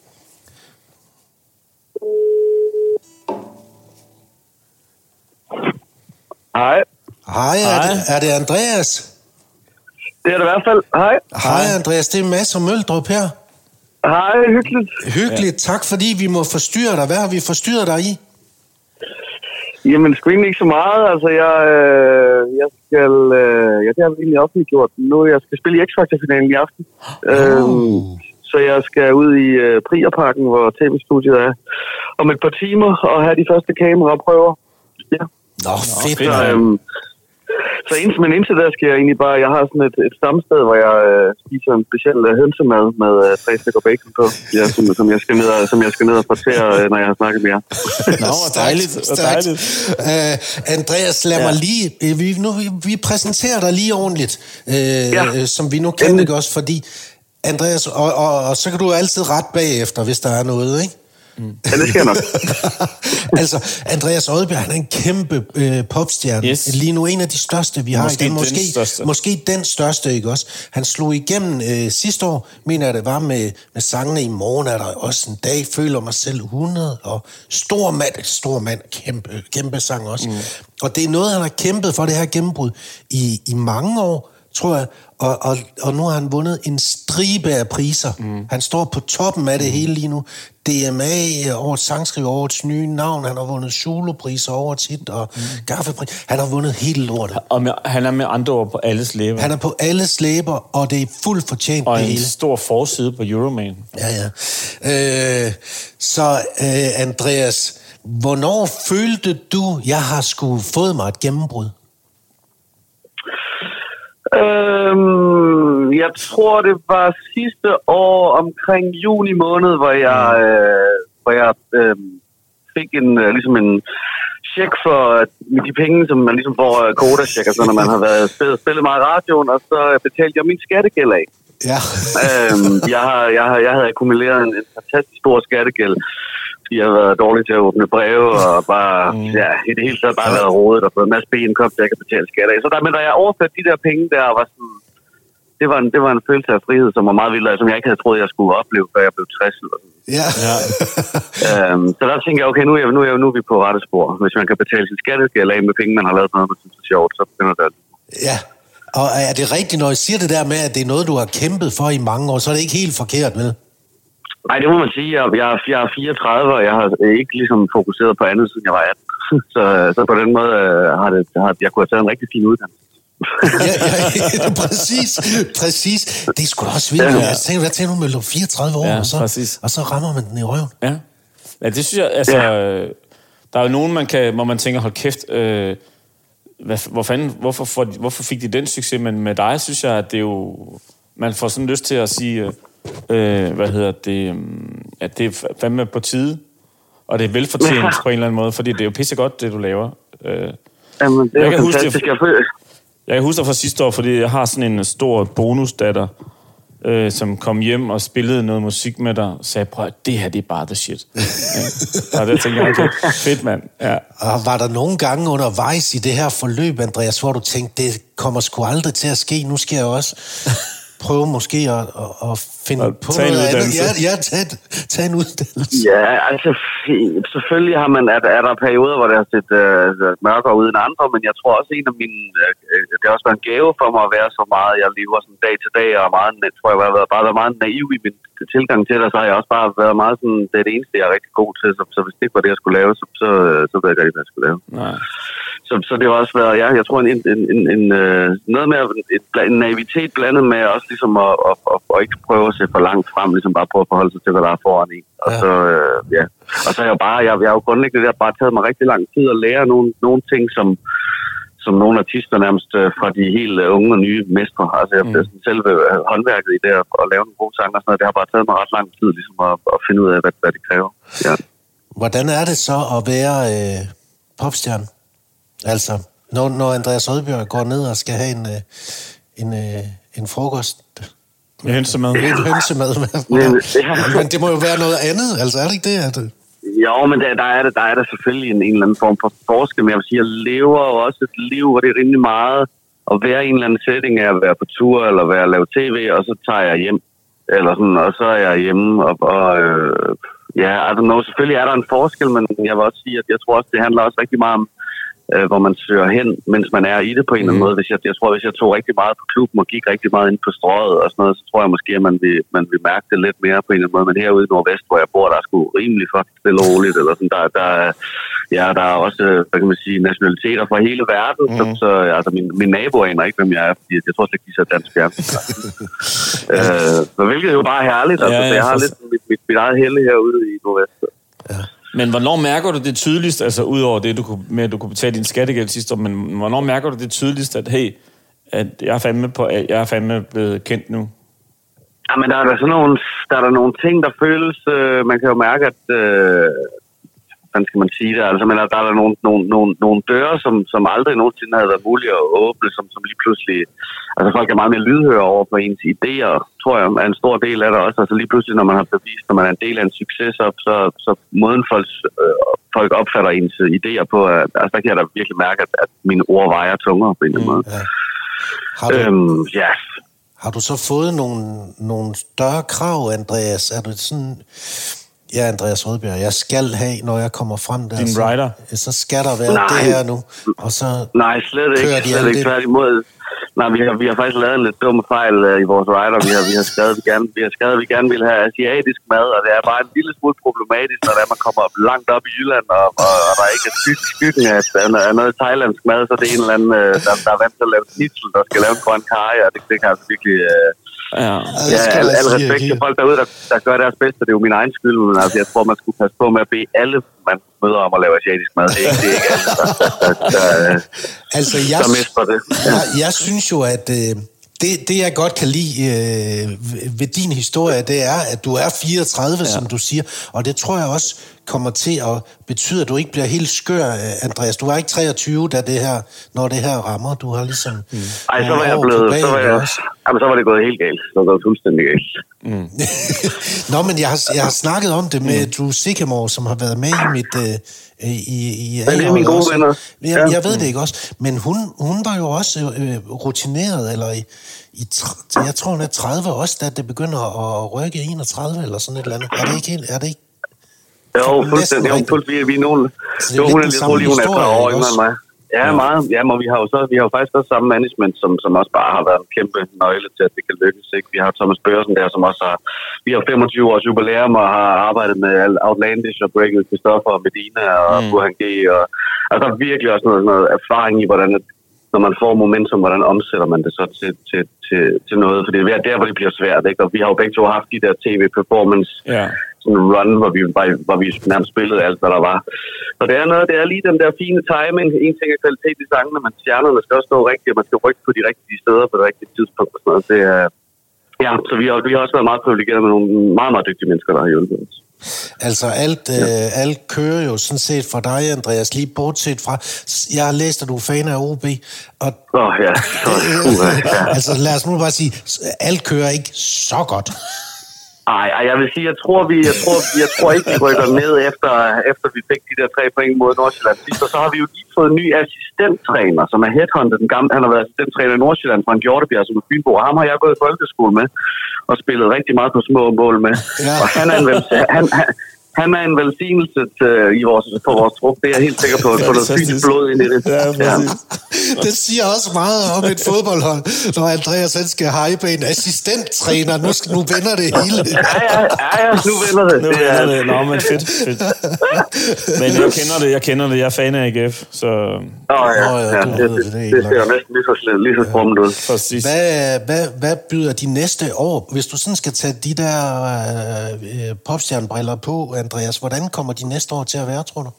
Hej. Hej, er det, er det Andreas? Det er det i hvert fald. Hej. Hej Andreas, det er Mads og Møldrup her. Hej, hyggeligt. Hyggeligt, ja. Tak fordi vi må forstyrre dig. Hvad har vi forstyrret dig i? Jamen, sgu egentlig ikke så meget. Altså, jeg, øh, jeg skal... Øh, ja, det har vi egentlig offentliggjort nu. Jeg skal spille i X-Factor-finalen i aften. Oh. Øhm, så jeg skal ud i øh, Prierparken, hvor T V-studiet er, om et par timer, og have de første kameraprøver. Ja. Nå, fedt. Så, øhm, så indtil, men indtil der skal jeg egentlig bare... Jeg har sådan et, et stamsted, hvor jeg øh, spiser en speciel øh, hønsemad med øh, tre stykker bacon på, ja, som, som, jeg skal ned og, som jeg skal ned og fortære, øh, når jeg har snakket med jer. Nå, hvor dejligt. Hvor dejligt. Uh, Andreas, lad ja. mig lige... Vi, nu, vi, vi præsenterer dig lige ordentligt, øh, ja. som vi nu kan, ikke også? Fordi, Andreas, og, og, og så kan du altid ret bagefter, hvis der er noget, ikke? Mm. Ja, det sker nok. Altså, Andreas Odbjerg, han er en kæmpe øh, popstjerne. Yes. Lige nu en af de største, vi har måske i den. Måske, den største. Måske den største, ikke også? Han slog igennem øh, sidste år, mener jeg, det var med, med sangene I morgen er der også en dag, føler mig selv hundrede, og stor mand, stor mand, kæmpe, kæmpe sang også. Mm. Og det er noget, han har kæmpet for, det her gennembrud, i, i mange år, tror jeg, og, og, og nu har han vundet en stribe af priser. Mm. Han står på toppen af det mm. hele lige nu. D M A, årets sangskriver, årets nye navn, han har vundet solopriser, årets hit og mm. gaffepris. Han har vundet hele lortet. Og med, han er med andre ord på alles læber. Han er på alles læber, og det er fuldt fortjent og det en hele. Stor forside på Euroman. Ja, ja. Øh, så øh, Andreas, hvornår følte du, jeg har sgu fået mig et gennembrud? Øhm, jeg tror, det var sidste år omkring juni måned, hvor jeg, øh, hvor jeg øh, fik en, øh, ligesom en check for de penge, som man ligesom får øh, koda-check, altså når man har været spillet, spillet meget i radioen, og så betalte jeg min skattegæld af. Ja. øhm, jeg, har, jeg, har, jeg havde akkumuleret en, en fantastisk stor skattegæld. Jeg har været dårlig til at åbne breve, og bare, mm. ja, i det hele taget bare været rodet, og fået en masse benkomst, jeg kan betale skat af. Så der, men da jeg overførte de der penge der, var sådan, det var en, det var en følelse af frihed, som var meget vild, som jeg ikke havde troet, jeg skulle opleve, før jeg blev tres. Eller sådan. Ja. ja. øhm, så der tænkte jeg, okay, nu er, jeg, nu, er jeg, nu er vi på rette spor. Hvis man kan betale sin skattegæld af med penge, man har lavet noget, man synes er sjovt, så begynder det. Ja, og er det rigtigt, når I siger det der med, at det er noget, du har kæmpet for i mange år, så er det ikke helt forkert, vel? Nej, det må man sige. Jeg, jeg, jeg er fireogtredive, og jeg har ikke ligesom fokuseret på andet, siden jeg var atten. så, så på den måde har, det, har jeg kunne have taget en rigtig fin uddannelse. ja, ja, ja, præcis, præcis. Det er sgu da også vildt. Ja, ja. Jeg tænker, hvad tænker du med fireogtredive år, ja, og, så, og så rammer man den i røven? Ja, ja det synes jeg, altså, ja. Der er jo nogen, man kan, hvor man tænker, hold kæft, øh, hvad, hvor fanden, hvorfor, for, hvorfor fik de den succes? Men med dig, synes jeg, at det er jo, man får sådan lyst til at sige, øh, hvad hedder det, at det er fandme på tide, og det er velfortjent ja. på en eller anden måde, fordi det er jo pissegodt, det du laver. Øh, Jamen, det er jeg, kan huske, det, jeg kan huske det fra sidste år, fordi jeg har sådan en stor bonusdatter, øh, som kom hjem og spillede noget musik med dig, og sagde, prøv at det her, det er bare the shit. ja. Og det tænkte jeg, okay, fedt mand. Ja. Og var der nogle gange undervejs i det her forløb, Andreas, hvor du tænkte, det kommer sgu aldrig til at ske, nu skal jeg også prøve måske at, at, at finde og på noget andet. Ja, ja tage, tage en uddannelse. Ja, altså selvfølgelig har man, at er der perioder, hvor det har set uh, mørkere ud end andre, men jeg tror også en af mine, uh, det har også været en gave for mig at være så meget, jeg lever sådan dag til dag, og meget, jeg tror jeg har været, bare været meget naiv i min tilgang til det, så har jeg også bare været meget sådan, det er det eneste, jeg er rigtig god til, så, så hvis det ikke var det, jeg skulle lave, så, så, så ved jeg ikke, hvad jeg skulle lave. Nej. Så, så det har også været, ja, jeg tror, en, en, en, en, noget med en, en naivitet blandet med også ligesom at, at, at, at ikke prøve at se for langt frem, ligesom bare prøve at forholde sig til, hvad der er foran i. Og ja. så, øh, ja. Og så er jeg jo bare, jeg, jeg har jo grundlæggende der bare taget mig rigtig lang tid at lære nogle, nogle ting, som, som nogle artister nærmest fra de helt unge og nye mestre. Altså jeg, mm. selve håndværket i det at lave nogle gode sange og sådan noget, det har bare taget mig ret lang tid ligesom at, at finde ud af, hvad, hvad det kræver. Ja. Hvordan er det så at være øh, popstjerne? Altså, når, når Andreas Odbjerg går ned og skal have en, en, en, en frokost. En hønsemad. En hønsemad. Men det må jo være noget andet, altså er det ikke det? At... Jo, men der, der, er det, der er der selvfølgelig en, en eller anden form for forskel, men jeg vil sige, jeg lever jo også et liv, hvor det er rimelig meget at være i en eller anden setting af at være på tur, eller være at lave tv, og så tager jeg hjem, eller sådan, og så er jeg hjemme, og, og øh, ja, altså, no, selvfølgelig er der en forskel, men jeg vil også sige, at jeg tror også, det handler også rigtig meget om øh, hvor man søger hen, mens man er i det på en eller anden måde. Hvis jeg, jeg tror, hvis jeg tog rigtig meget på klubben og gik rigtig meget ind på strøget og sådan noget, så tror jeg måske, at man vil, man vil mærke det lidt mere på en eller anden måde. Men herude i Nordvest, hvor jeg bor, der er sgu rimelig fucking stille og roligt, eller sådan, der, der, ja, der er også, hvad kan man sige, nationaliteter fra hele verden, mm. så, så altså, min, min nabo aner ikke, hvem jeg er, fordi jeg tror slet ikke, de ser dansk fjernsyn. øh, så hvilket er jo bare herligt, altså, ja, ja, så jeg har lidt mit, mit, mit eget helle herude i Nordvest. Ja. Men hvornår mærker du det tydeligst, altså udover det, du kunne, med at du kunne betale din skattegæld sidste år, men hvornår mærker du det tydeligst, at hey, at jeg er fandme, på, at jeg er fandme blevet kendt nu? Ja, men der er der sådan nogle, der er der nogle ting, der føles, øh, man kan jo mærke, at, øh, hvordan skal man sige det, altså, men der er der nogle, nogle, nogle, nogle døre, som, som aldrig nogensinde havde været mulige at åbne, som, som lige pludselig, altså folk er meget mere lydhøre over for ens idéer, tror jeg, er en stor del af det også, altså lige pludselig, når man har bevist, når man er en del af en succes, så, så, så måden folk, øh, folk opfatter ens idéer på, at, altså der kan jeg da virkelig mærke, at, at mine ord vejer tungere på en eller anden måde. Ja. Har du... Øhm, ja. Har du så fået nogle, nogle større krav, Andreas? Er du sådan... Ja, Andreas Rødbjerg, jeg skal have, når jeg kommer frem der. Din rider? Så, så skal der være nej. Det her nu. Og så nej, slet ikke. De slet ikke tværtimod. Nej, vi har, vi har faktisk lavet en lidt dumme fejl uh, i vores rider. Vi har, vi har skrevet, vi gerne, vi har skrevet, vi gerne vil have asiatisk mad, og det er bare en lille smule problematisk, når der man kommer op, langt op i Jylland, og, og, og der ikke er skyggen, skyggen af, af noget thailandsk mad, så det er en eller anden, uh, der, der er vant til at lave snitsel, der skal lave en grøn karry, og det, det kan altså virkelig... Uh, Ja, ja al, al respekt til folk derude, der, der gør deres bedste. Det er jo min egen skyld, men altså, jeg tror, man skulle passe på med at bede alle, man møder om at lave asiatisk mad. Det er ikke, det er ikke alle, der, der, der, der, altså, jeg, der mister det. Ja. Jeg, jeg synes jo, at øh, det, det, jeg godt kan lide øh, ved din historie, det er, at du er fireogtredive, ja. Som du siger, og det tror jeg også kommer til at betyde, at du ikke bliver helt skør, Andreas. Du var ikke treogtyve, da det her, når det her rammer. Du har ligesom... Mm. Ej, så var jeg blevet... Så var, jeg, jamen, så var det gået helt galt. Så var det gået fuldstændig galt. Mm. Nå, men jeg har, jeg har snakket om det med Drew Sycamore, som har været med i mit... Øh, i, i, men det er mine gode venner. Jeg, ja. jeg ved det ikke også. Men hun, hun var jo også øh, rutineret, eller i, i... Jeg tror, hun er tredive også, da det begynder at rykke enogtredive, eller sådan et eller andet. Er det ikke helt... Er det ikke jo, fuldstændig. Jo, fuldstændig. Vi er nogen... Jo, hun er lidt rolig, hun er et par år yngre end mig. Ja, meget. Ja, men vi har jo så, vi har jo faktisk også samme management, som, som også bare har været en kæmpe nøgle til, at det kan lykkes. Ikke? Vi har Thomas Børsen der, som også har... Vi har femogtyve års jubilæum og har arbejdet med Outlandish og Breaking Christopher og Medina og mm. Burhan G. Og, altså, der er virkelig også noget, noget erfaring i, hvordan... Når man får momentum, hvordan omsætter man det så til, til, til, til noget? For det er der, hvor det bliver svært, ikke? Og vi har jo begge to haft de der tv-performance, yeah. sådan en run, hvor vi, hvor vi nærmest spillede alt, hvad der var. Så det er noget, det er lige den der fine timing. En ting er kvalitet i sangene, men stjernerne skal også stå rigtigt, og man skal rykke på de rigtige steder på det rigtige tidspunkt og sådan noget. Det er, ja, så vi har, vi har også været meget privilegeret med nogle meget, meget dygtige mennesker, der har hjulpet os. Altså alt, ja. øh, alt kører jo sådan set for dig, Andreas, lige bortset fra, jeg har læst, at du er fan af O B, og åh oh, ja. øh, ja, altså lad os nu bare sige, alt kører ikke så godt. Ej, jeg vil sige, jeg tror, vi, jeg tror, jeg tror ikke, vi rykker ned efter, efter vi fik de der tre point mod Nordsjælland sidst, og så har vi jo lige fået en ny assistenttræner, som er headhunter, den gamle, han har været assistenttræner i Nordsjælland fra en Hjortebjerg, som er Fynbo, og ham har jeg gået i folkeskole med, og spillet rigtig meget på små mål med, ja. Og han er en, han, han, han er en velsignelse til, i vores, på vores trup, det er jeg helt sikker på, at få noget fint blod ind i det. Ja, ja. Det siger også meget om et fodboldhold, når Andreas han skal hype en assistenttræner. Nu, nu vender det hele. Ja, ja, ja, ja nu vender det. Nu det vender det. Nå, men fedt, fedt. Men jeg kender det, jeg kender det. Jeg er fan af A G F, så... Åh, oh, ja, ja, det, det, det, det, det ser jo næsten lige så, lige så sprummet ud. Præcis. Hvad, hvad, hvad byder de næste år? Hvis du sådan skal tage de der øh, popstjernebriller på, Andreas, hvordan kommer de næste år til at være, tror du?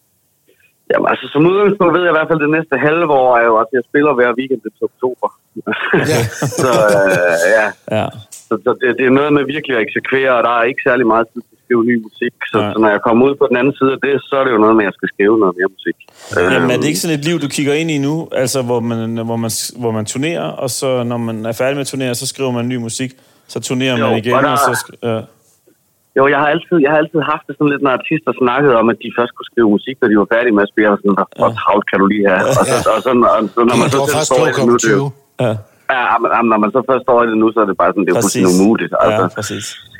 Jamen, altså, som udgangspunkt ved jeg i hvert fald det næste halve år er jo, at jeg spiller hver weekend til oktober. Ja. så øh, ja, ja. så, så det, det er noget med virkelig at eksekvere, og der er ikke særlig meget tid til at skrive ny musik. Så, ja. Så når jeg kommer ud på den anden side af det, så er det jo noget med, at jeg skal skrive noget mere musik. Jamen, er det ikke sådan et liv, du kigger ind i nu, altså hvor man, hvor man, hvor man turnerer, og så når man er færdig med at turnere, så skriver man ny musik, så turnerer jo, man igen, og, der... og så... Ja. Jo, jeg har, altid, jeg har altid haft det sådan lidt, når artister snakkede om, at de først skulle skrive musik, når de var færdige med at spille, og sådan, hvor travlt kan du lige have? Og så, og så, og så når man så selv står i det nu, det jo... Ja, ja men, når man så først står i det nu, så er det bare sådan, det er fuldstændig umuligt. Altså. Ja, præcis.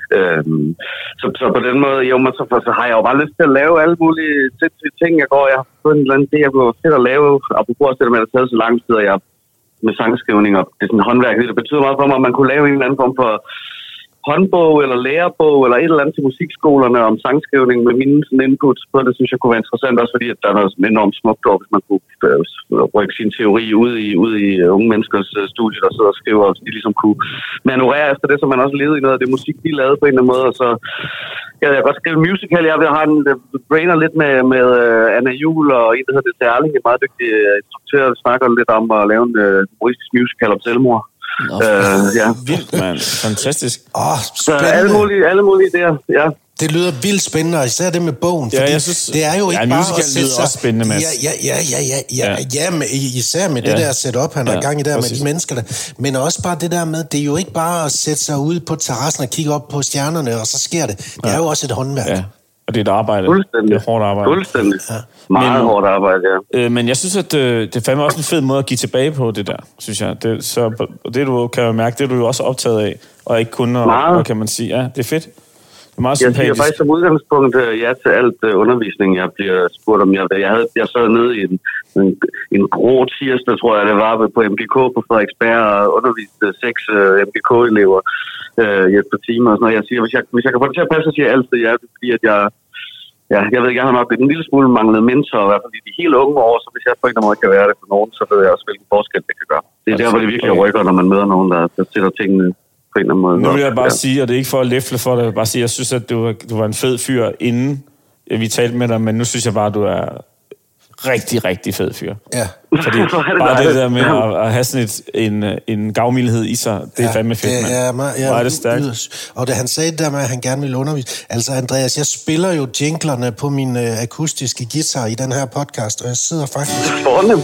Øhm, så, så på den måde, jo, men så, så har jeg jo bare lyst til at lave alle mulige sindssyge ting. Jeg går, jeg har fået en eller anden idé, jeg kunne fedt at lave, apropos det med, at det har taget så lang tid, og jeg med sangskrivning, og det er sådan håndværk, det betyder meget for mig, at man kunne lave en eller anden form for håndbog eller lærebog eller et eller andet til musikskolerne om sangskrivning med mine sådan inputs på det, synes jeg kunne være interessant, også fordi at der er noget sådan enormt smukt over, hvis man kunne øh, rykke sin teori ud i, ud i unge menneskers uh, studie, der sidder og skriver, og de ligesom kunne manøvrere efter det, så man også levede i noget af det musik, de lavede på en eller anden måde, og så ja, jeg kan godt skrive musical. Jeg vil have en uh, brainer lidt med, med uh, Anna Juhl og en, der hedder Dette Erling, en meget dygtig uh, instruktør, der snakker lidt om at lave en uh, humoristisk musical om selvmord. Nå, øh, ja. Vildt, mand. Fantastisk. Åh, så alle mulige, alle mulige idéer, ja. Det lyder vildt spændende, og især det med bogen, ja, fordi jeg synes, det er jo ikke ja, bare musical at sætte sig... også spændende, Mads. Ja, ja, ja, ja, ja, ja, ja med, især med ja. det der setup, han ja, har gang i der præcis. Med de mennesker der, men også bare det der med, det er jo ikke bare at sætte sig ud på terrassen og kigge op på stjernerne, og så sker det. Det ja. er jo også et håndværk. Ja. Og det er et arbejde. Fuldstændig. Det er hårdt arbejde. Fuldstændig. Ja. Meget men, hårdt arbejde, ja. Øh, men jeg synes, at øh, det er fandme også en fed måde at give tilbage på det der, synes jeg. Det, så det du kan jo mærke, det er du jo også optaget af, og ikke kun, og, og kan man sige, ja, det er fedt. Det er meget sympatisk. Jeg siger faktisk som udgangspunkt ja til alt uh, undervisning, jeg bliver spurgt om. Jeg, jeg, havde, jeg sad nede i en, en, en grå tirsdag, tror jeg, det var på M G K på Frederiksberg, og underviste seks uh, M G K-elever uh, i et par timer. Og sådan noget. Jeg siger, hvis jeg, hvis jeg kan få det til at passe, så siger jeg altid ja, fordi at jeg... Ja, jeg ved ikke, jeg har nok en lille smule manglet mentor, i hvert fald i de helt unge år, så hvis jeg på en eller anden måde kan være det for nogen, så ved jeg også, hvilken forskel det kan gøre. Det er der, hvor det virkelig okay. rykker, når man møder nogen, der, der sætter tingene på en eller anden måde. Nu vil jeg bare ja. sige, og det er ikke for at læfle for dig, jeg vil bare sige, jeg synes, at du, du var en fed fyr, inden vi talte med dig, men nu synes jeg bare, at du er rigtig, rigtig fed fyr. Ja. Fordi bare det der med at, at have sådan et, en, en gavmildhed i sig, det er ja, fandme fedt, mand. Ja, man, ja, er det stærkt. Og da han sagde det der med, at han gerne ville undervise... Altså, Andreas, jeg spiller jo jinglerne på min øh, akustiske guitar i den her podcast, og jeg sidder faktisk... Fornemt.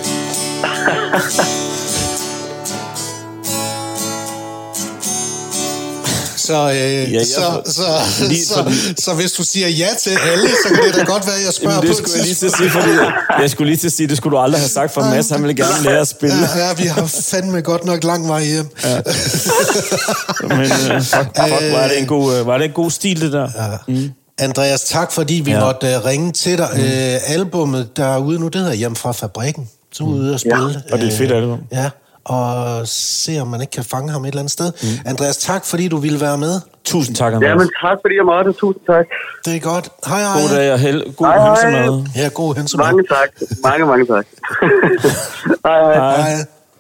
Så, øh, ja, ja, så, så, så, så, så hvis du siger ja til alle, så kan det da godt være, at jeg spørger Jamen, det på skulle jeg lige til at sige, fordi jeg skulle lige til at sige, det skulle du aldrig have sagt, for Mads, han ville gerne lære at spille. Ja, ja, vi har fandme godt nok lang vej hjem. Ja. Men uh, fuck, fuck, var det en god, var det en god stil, det der? Ja. Mm. Andreas, tak fordi vi ja. måtte uh, ringe til dig. Mm. Uh, albummet, der er ude nu, det hedder Hjem fra Fabrikken, som er ude at spille. Ja. Og det er et fedt album. Ja. Og se, om man ikke kan fange ham et eller andet sted. Mm. Andreas, tak, fordi du ville være med. Tusind tak, Andreas. Ja, men tak, fordi jeg måtte. Tusind tak. Det er godt. Hej, hej. God dag og held. God hej, hønsemad. Ja, god hønsemad. Mange tak. Mange, mange tak. hej, hej. Hej.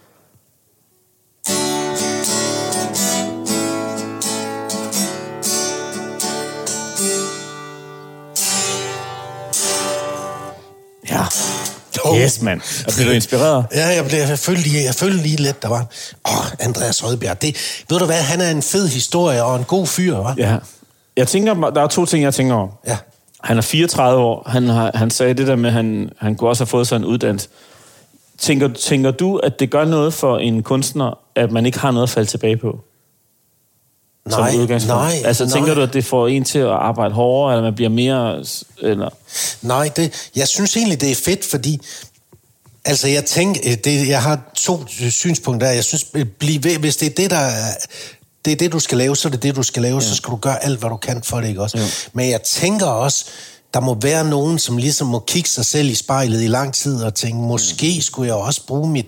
Ja. Yes, mand. Og blev du inspireret? Ja, jeg, blev, jeg, følte lige, jeg følte lige lidt, der var... Åh, Andreas Rødbjerg, det, ved du hvad, han er en fed historie og en god fyr, hva'? Ja. Jeg tænker, der er to ting, jeg tænker over. Ja. Han er fireogtredive år. Han, har, han sagde det der med, at han, han kunne også have fået sig en uddannelse. Tænker, tænker du, at det gør noget for en kunstner, at man ikke har noget at falde tilbage på? Nej, nej. Altså, nej. tænker du, at det får en til at arbejde hårdere, eller man bliver mere... Eller? Nej, det, jeg synes egentlig, det er fedt, fordi... Altså, jeg tænker... Det, jeg har to synspunkter. Jeg synes, bliv ved, hvis det er det, der... Det er det, du skal lave, så er det det, du skal lave. Ja. Så skal du gøre alt, hvad du kan for det, ikke også? Ja. Men jeg tænker også... Der må være nogen, som ligesom må kigge sig selv i spejlet i lang tid og tænke, måske skulle jeg også bruge mit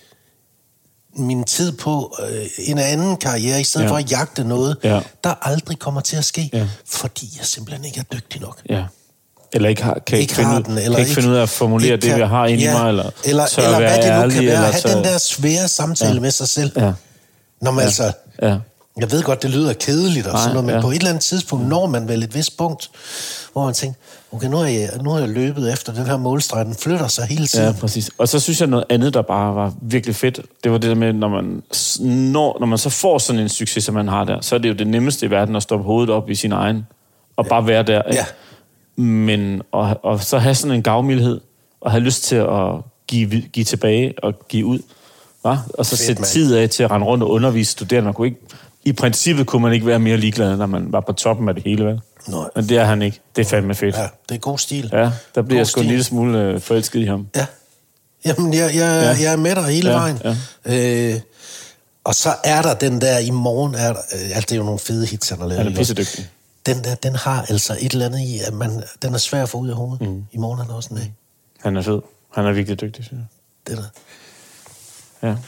min tid på øh, en anden karriere, i stedet ja. for at jagte noget, ja. der aldrig kommer til at ske, ja. fordi jeg simpelthen ikke er dygtig nok. Ja. Eller ikke har, kan ikke, ikke, finde, den, eller kan ikke, ikke finde ud af at formulere det, jeg har inde i ja. mig, eller, eller, tør eller være hvad det nu ærlig, kan være, eller have tør... den der svære samtale ja. med sig selv. Ja. Når man ja. altså... Ja. Jeg ved godt, det lyder kedeligt og Nej, sådan noget, men ja. på et eller andet tidspunkt når man vel et vist punkt, hvor man tænker, okay, nu har jeg, nu har jeg løbet efter den her målstreg, den flytter sig hele tiden. Ja, præcis. Og så synes jeg noget andet, der bare var virkelig fedt, det var det der med, når man, når, når man så får sådan en succes, som man har der, så er det jo det nemmeste i verden at stoppe hovedet op i sin egen, og bare være der. Ikke? Ja. Men og, og så have sådan en gavmildhed, og have lyst til at give, give tilbage og give ud. Hva? Og så fedt, sætte man. tid af til at rende rundt og undervise studerende. Man kunne ikke, i princippet kunne man ikke være mere ligeglad, når man var på toppen af det hele, vel? Nej. Men det er han ikke. Det er fandme fedt. Ja, det er god stil. Ja, der bliver jeg sgu en lille smule øh, forelsket i ham. Ja. Jamen, jeg, jeg, ja. jeg er med dig hele ja, vejen. Ja. Øh, Og så er der den der, i morgen er der, altså det er jo nogle fede hits, han har lavet. Han er pissedygtig. Den der, den har altså et eller andet i, at man, den er svær at få ud af hovedet. Mm. I morgen er der også en dag. Han er fed. Han er virkelig dygtig, synes jeg. Det der. Ja.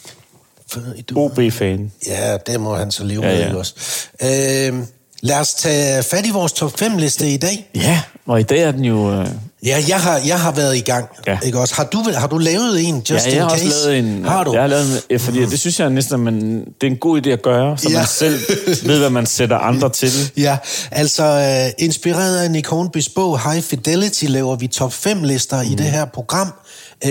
Du, O B-fan. Ja, det må han så leve ja, ja. med også. Øh, lad os tage fat i vores top fem liste i dag. Ja, og i dag er den jo... Øh... Ja, jeg har, jeg har været i gang. Ja. Ikke også? Har, du, har du lavet en, just ja, in case? jeg har også lavet en. Har du? Jeg har lavet en, fordi mm. det synes jeg næsten, man, det er en god idé at gøre, så ja. man selv ved, hvad man sætter andre til. Ja, altså uh, inspireret af Nick Hornbys bog High Fidelity, laver vi top fem lister mm. i det her program. Uh,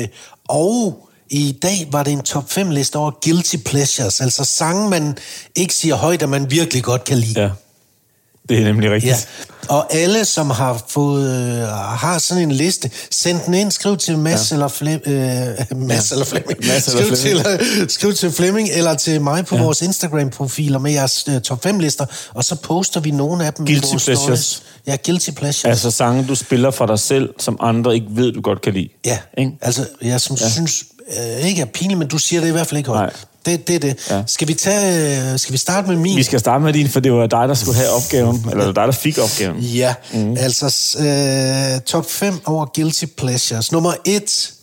og... I dag var det en top fem liste over guilty pleasures, altså sange, man ikke siger højt, at man virkelig godt kan lide. Ja, det er nemlig rigtigt. Ja. Og alle, som har fået øh, har sådan en liste, send den ind, skriv til Mads ja. eller Flemming, øh, Mads ja. eller Flemming, Mads skriv, eller Flemming. Til, skriv til Flemming eller til mig på ja. vores Instagram-profiler med jeres øh, top fem lister, og så poster vi nogle af dem guilty i vores pleasures. Stories. Ja, guilty pleasures. Altså sange, du spiller for dig selv, som andre ikke ved, du godt kan lide. Ja, ikke? Altså jeg som ja. synes øh, ikke er pinligt, men du siger det i hvert fald ikke højt. Det, det er det. Ja. Skal vi tage, skal vi starte med min? Vi skal starte med din, for det var dig, der skulle have opgaven, eller dig, der fik opgaven. Ja, mm. altså øh, top fem over guilty pleasures. Nummer et,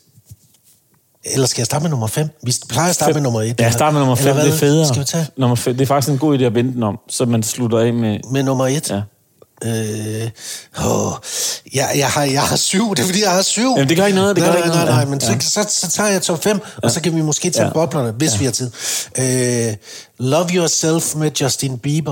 eller skal jeg starte med nummer fem? Vi plejer at starte fem. med nummer et. Ja, starte med nummer fem, det er federe. Skal vi tage? Nummer fem, det er faktisk en god idé at vente den om, så man slutter af med... Med nummer et? Ja. Øh, åh, jeg, jeg, har, jeg har syv, det er fordi jeg har syv. Jamen det gør ikke noget, det gør nej, ikke nej, noget. Nej, nej, men ja. så, så, så tager jeg top fem, ja. og så kan vi måske tage ja. boblerne, hvis ja. vi har tid. Øh, Love Yourself med Justin Bieber.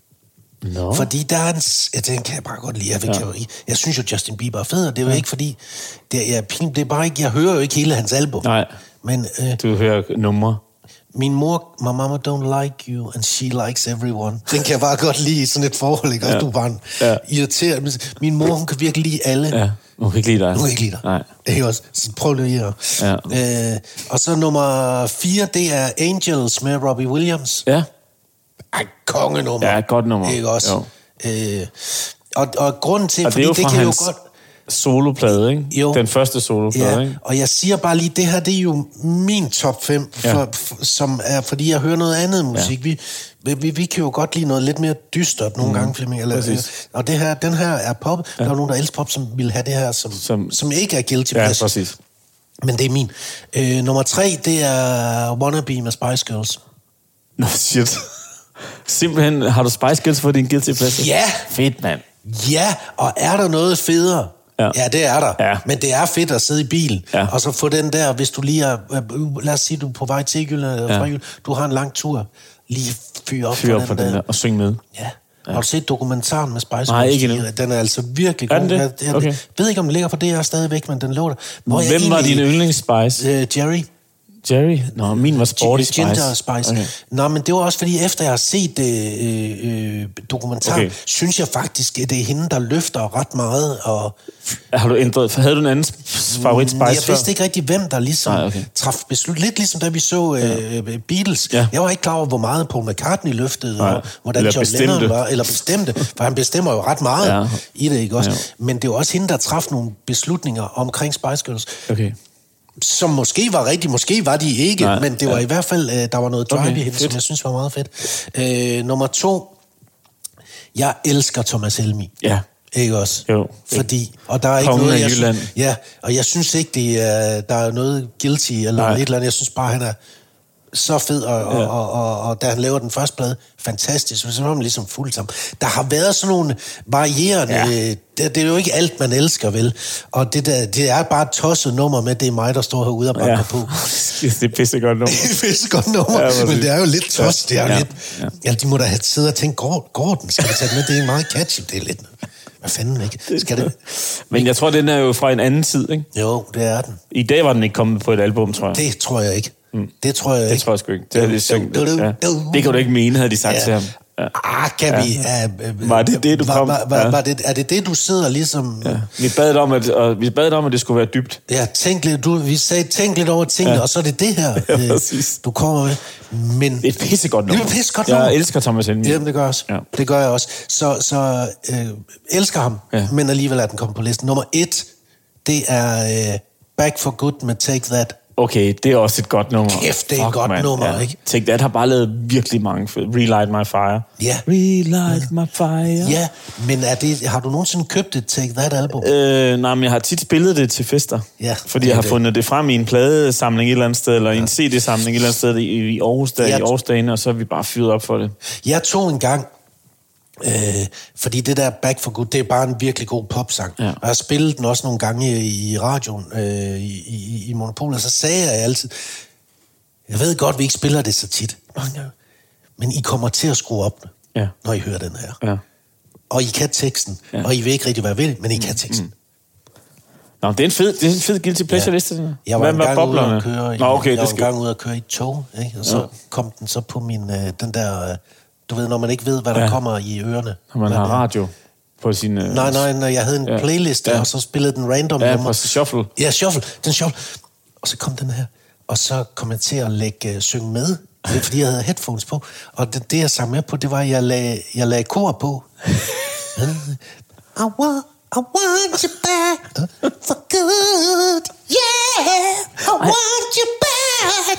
No. Fordi der er en... Ja, den kan jeg bare godt lide. Jeg, ja. jeg, jeg synes jo, Justin Bieber er fed, og det er jo ja. ikke fordi... Det er, det er bare ikke... Jeg hører jo ikke hele hans album. Nej, men, øh, du hører numre. Min mor, my mama don't like you, and she likes everyone. Den kan jeg bare godt lide i sådan et forhold, ikke? Ja. Og du er bare ja. irriteret. Min mor, hun kan virkelig lide alle. Ja, hun kan ikke lide dig. Hun kan ikke lide dig. Nej. Ikke også? Så prøv lige at... Ja. Øh, og så nummer fire, det er Angels med Robbie Williams. Ja. Ej, kongenummer. Ja, godt nummer. Ikke også? Øh, og, og grunden til, og fordi det, det kan hans... jo godt... soloplade, ikke? Jo. Den første soloplade, ja. ikke? Og jeg siger bare lige, det her, det er jo min top fem, for, ja. for, som er, fordi jeg hører noget andet musik. Ja. Vi, vi, vi kan jo godt lide noget lidt mere dystert nogle mm. gange, Flemming. Eller, og det her, den her er pop. Ja. Der er nogen, der elsker pop, som vil have det her, som, som, som ikke er guilty pleasure. Ja, præcis. Men det er min. Øh, nummer tre, det er Wannabe med Spice Girls. Nå, shit. Simpelthen, har du Spice Girls for din guilty pleasure? Ja! Fedt, mand. Ja, og er der noget federe? Ja. ja, det er der. Ja. Men det er fedt at sidde i bilen, ja. og så få den der, hvis du lige er, lad os sige, du er på vej til Jylland eller fra Jylland, du har en lang tur, lige fyre op, fyr op for den, den der. der og synge med. Ja. Ja. Har du set dokumentaren med Spice Girls? Nej, ikke endnu. Den er altså virkelig god. Er den det? Jeg, okay. jeg ved ikke, om den ligger på D R stadigvæk, men den lå der. Hvor Hvem egentlig, var din yndlingsspice? Uh, Jerry. Jerry? Nå, min var Sporty Spice. Ginger Spice. Okay. Nå, men det var også fordi, efter jeg har set øh, øh, dokumentaren, okay. synes jeg faktisk, at det er hende, der løfter ret meget. Og har du ændret? Havde du en anden favorit Spice? Jeg vidste ikke rigtig, hvem der ligesom Nej, okay. traf beslut. Lidt ligesom da vi så øh, ja. Beatles. Ja. Jeg var ikke klar over, hvor meget Paul McCartney løftede, Nej. og hvordan John Lennon var, eller bestemte, for han bestemmer jo ret meget ja. i det, ikke også? Ja. Men det var også hende, der traf nogle beslutninger omkring Spice Girls. Okay. Som måske var rigtigt, måske var de ikke, Nej, men det var ja. i hvert fald, øh, der var noget drive okay, i hende, som jeg synes var meget fedt. Øh, nummer to, jeg elsker Thomas Helmig. Ja. Ikke også? Jo. Fordi, og der er ikke Kongen noget, af jeg Jylland. synes, ja, og jeg synes ikke, det er, der er noget guilty eller Nej. et eller andet. Jeg synes bare, han er så fed, og, ja. og, og, og, og da han laver den første plade, fantastisk, så var man ligesom fuldt sammen. Der har været sådan nogle varierende, ja. det, det er jo ikke alt, man elsker, vel? Og det, der, det er bare et tosset nummer med, det er mig, der står herude og banker ja. på. Det er pissegodt nummer. Det er pissegodt nummer, ja, men det er jo lidt tosset. Det er jo ja. lidt, ja. ja, de må da have siddet og tænkt, går, går den? Skal vi tage den med? Det er meget catchy, det er lidt... Hvad fanden ikke? Skal det... Men jeg tror, den er jo fra en anden tid, ikke? Jo, det er den. I dag var den ikke kommet på et album, tror jeg. Det tror jeg ikke. Mm. Det tror jeg det ikke. Det tror jeg sgu ikke. Det, det, det, det, ja. det kan du ikke mene, havde de sagt ja. til ham. Ja. Ah, kan ja. vi... Uh, var det det, du kom? Var, var, ja. var det, er det det, du sidder ligesom... Ja. Vi bad om, at, og vi bad om, at det skulle være dybt. Ja, tænk lidt, du, vi sagde, tænk lidt over tingene, ja. og så er det det her, ja, præcis. du kommer med. Men, det er et pissegodt nummer. Det er et pissegodt nummer. Jeg elsker Thomas Helmig. Jamen, det gør jeg også. Ja. Det gør jeg også. Så, så øh, elsker ham, ja. men alligevel er den kommet på listen. Nummer et, det er øh, Back for Good med Take That. Okay, det er også et godt nummer. Kæft, det er et godt man. nummer, ja. Ikke? Take That har bare lavet virkelig mange fede. Relight My Fire. Ja. Relight My Fire. Ja, men er det, har du nogensinde købt et Take That-album? Øh, nej, men jeg har tit spillet det til fester. Ja. Fordi jeg har det. fundet det frem i en pladesamling et eller andet sted, eller i en C D-samling et eller andet sted i, i Aarhus, der, jeg... i Aarhusdagene, og så har vi bare fyret op for det. Jeg tog en gang, Øh, fordi det der Back for Good, det er bare en virkelig god popsang. Ja. Og jeg har spillet den også nogle gange i, i radioen, øh, i, i, i Monopol, og så sagde jeg altid, jeg ved godt, vi ikke spiller det så tit, men I kommer til at skrue op, ja. når I hører den her. Ja. Og I kan teksten, ja. og I vil ikke rigtig være ved det, men I kan teksten. Mm. Nå, det er en fed, det er en fed guilty pleasure-liste. Ja. Jeg var en gang ude at køre i, Nå, okay, jeg var skal... en gang ude at køre i et tog, ikke? Og så ja. kom den så på min, øh, den der... Øh, du ved, når man ikke ved, hvad der ja. kommer i ørerne. Når man har radio på sin... Uh... Nej, nej, når jeg havde en ja. playlist, ja. og så spillede den random ja, nummer. Ja, på shuffle. Ja, shuffle. Den shuffle. Og så kom den her. Og så kom jeg til at lægge, uh, synge med. Det er, fordi jeg havde headphones på. Og det, det jeg sang med på, det var, at jeg lagde, jeg lagde kor på. I want, I want you back for good. Yeah, I want you back.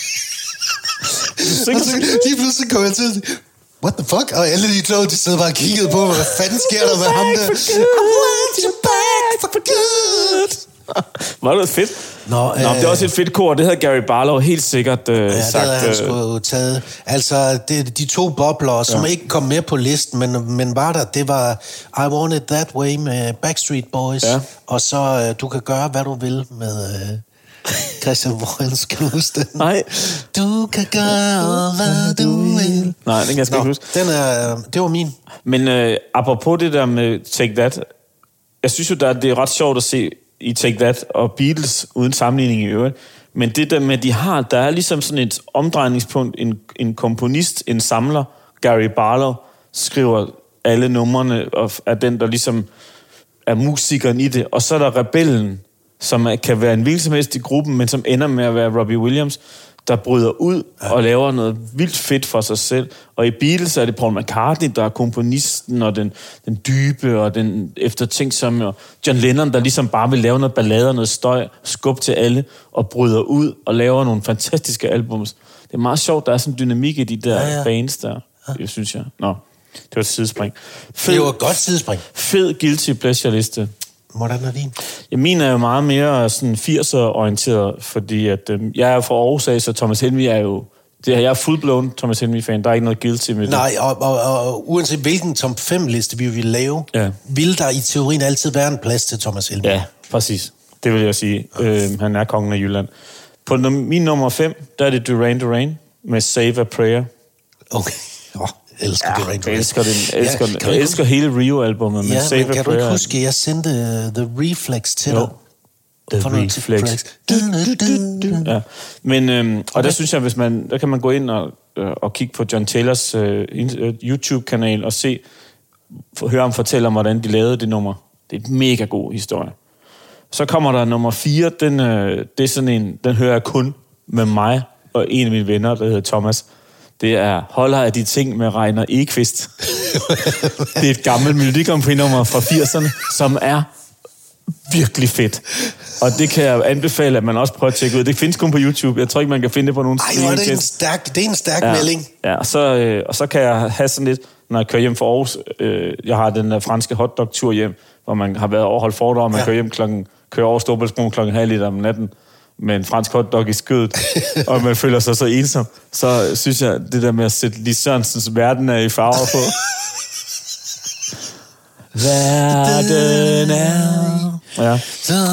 Og så lige pludselig kom jeg til at sige, what the fuck? Og alle de kloge, de sidder bare og kiggede på, hvad fanden sker der med ham der? I want you back for good. Var det fedt? Nå, Nå øh, det er også et fedt kor. Det havde Gary Barlow helt sikkert øh, ja, sagt. Ja, det havde han sgu taget. Altså, det, de to bobler, som ja. ikke kom med på listen, men, men var der, det var I Want It That Way med Backstreet Boys. Ja. Og så, øh, du kan gøre, hvad du vil med... Øh, Christian Wolf, skal du huske den? Nej. Du kan gøre, hvad du vil. Nej, den kan jeg ikke huske. Den er, det var min. Men øh, apropos det der med Take That, jeg synes jo, der, det er ret sjovt at se i Take That og Beatles uden sammenligning i øvrigt. Men det der med, de har, der er ligesom sådan et omdrejningspunkt, en, en komponist, en samler, Gary Barlow, skriver alle numrene og er den, der ligesom er musikeren i det. Og så er der rebellen, som kan være en hvilken som helst i gruppen, men som ender med at være Robbie Williams, der bryder ud ja. og laver noget vildt fedt for sig selv. Og i Beatles er det Paul McCartney, der er komponisten, og den, den dybe, og den eftertænksomme, og John Lennon, der ligesom bare vil lave noget ballade, noget støj, skub til alle, og bryder ud og laver nogle fantastiske albums. Det er meget sjovt, der er sådan en dynamik i de der ja, ja. bands der, ja. jeg synes jeg. Nå, det var et sidespring. Fed, det var et godt sidespring. Fed guilty pleasure-liste. Hvordan er din? Ja, min er jo meget mere sådan firser-orienteret, fordi at, øh, jeg er fra Aarhus af, så Thomas Helmig er jo... Det er, jeg er fuldblåen Thomas Helmig-fan. Der er ikke noget guilty med det. Nej, og, og, og uanset hvilken top fem-liste vi vil lave, ja. vil der i teorien altid være en plads til Thomas Helmig. Ja, præcis. Det vil jeg sige. Øh, han er kongen af Jylland. På min nummer fem, der er det Duran Duran med Save a Prayer. Okay. Oh. Jeg elsker ja, Duran Duran. Jeg elsker, den, jeg elsker, ja, jeg elsker hele Rio-albummet, men ja, Save men a kan Prayer... du ikke huske, jeg sendte uh, The Reflex til dig? The Reflex. Ja. Men, øhm, og okay. der synes jeg, hvis man, der kan man gå ind og, øh, og kigge på John Taylors øh, YouTube-kanal og se, for, høre ham fortælle om, hvordan de lavede det nummer. Det er en mega god historie. Så kommer der nummer fire, den, øh, det er sådan en, den hører jeg kun med mig og en af mine venner, der hedder Thomas. Det er Holder af de ting med Reiner Ekvist. Det er et gammelt Melodi Grand Prix-nummer fra firserne, som er virkelig fedt. Og det kan jeg anbefale, at man også prøver at tjekke ud. Det findes kun på YouTube. Jeg tror ikke, man kan finde det på nogen side. Ej, det er en stærk, det er en stærk ja, melding. Ja, og så, øh, og så kan jeg have sådan lidt, når jeg kører hjem fra Aarhus, øh, jeg har den der franske hotdog-tur hjem, hvor man har været overholdt foredrag, og man ja. kører hjem klokken, kører over Storbæltsbroen klokken halv lidt om natten, med en fransk hotdog i skødet, og man føler sig så ensom, så synes jeg, det der med at sætte Lis Sørensens Verden er i farver på. Verden er... Ja. Ja,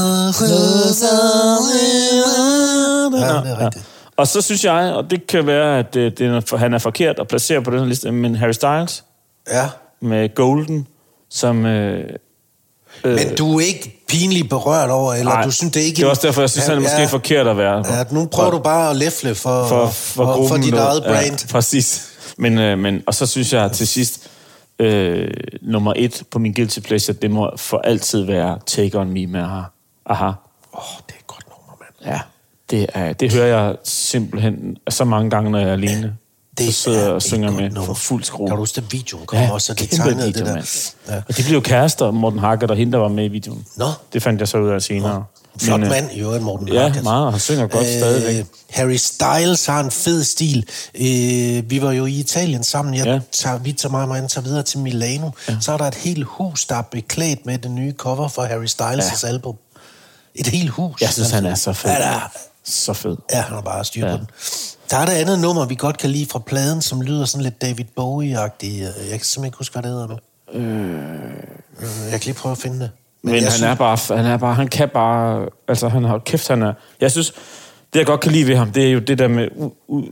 det er rigtigt. Og så synes jeg, og det kan være, at det, det, han er forkert at placere på den her liste, men Harry Styles ja. med Golden, som... Øh, Men du er ikke pinligt berørt over, eller nej, du synes det er ikke... det er også derfor, jeg synes, ja, han er måske ja, forkert at være. Ja, nu prøver for, du bare at læfle for, for, for, for, for dit eget brand. Ja, præcis. Men, øh, men, og så synes jeg til sidst, øh, nummer et på min guilty pleasure, det må for altid være Take On Me med Aha. Aha. Åh, oh, det er et godt nummer, mand. Ja, det, er, det hører jeg simpelthen så mange gange, når jeg er alene. det så sidder og synger med for fuld skrue. Kan du huske, at videoen kom ja, også, og det tegnede video, det der? Ja. Og de blev jo kærester, Morten Harket og hende, der var med i videoen. Nå. Det fandt jeg så ud af senere. Nå. Flot mand, jo, en Morten Ja, Harket. meget. Han synger godt øh, stadigvæk. Harry Styles har en fed stil. Øh, vi var jo i Italien sammen. Jeg ja. tager, vi tager mig og mig tager videre til Milano. Ja. Så er der et helt hus, der er beklædt med det nye cover for Harry Styles' ja. album. Et helt hus. Jeg synes, han er så fed. Ja, der, så fed. Ja, han har bare styr på ja. den. Der er der andet nummer, vi godt kan lide fra pladen, som lyder sådan lidt David Bowie-agtigt. Jeg kan simpelthen ikke huske, hvad det hedder nu. Øh... Jeg kan lige prøve at finde det. Men, Men han, synes... er bare, han er bare, han kan bare, altså han har kæft, han er, jeg synes, det jeg godt kan lide ved ham, det er jo det der med, uh, uh,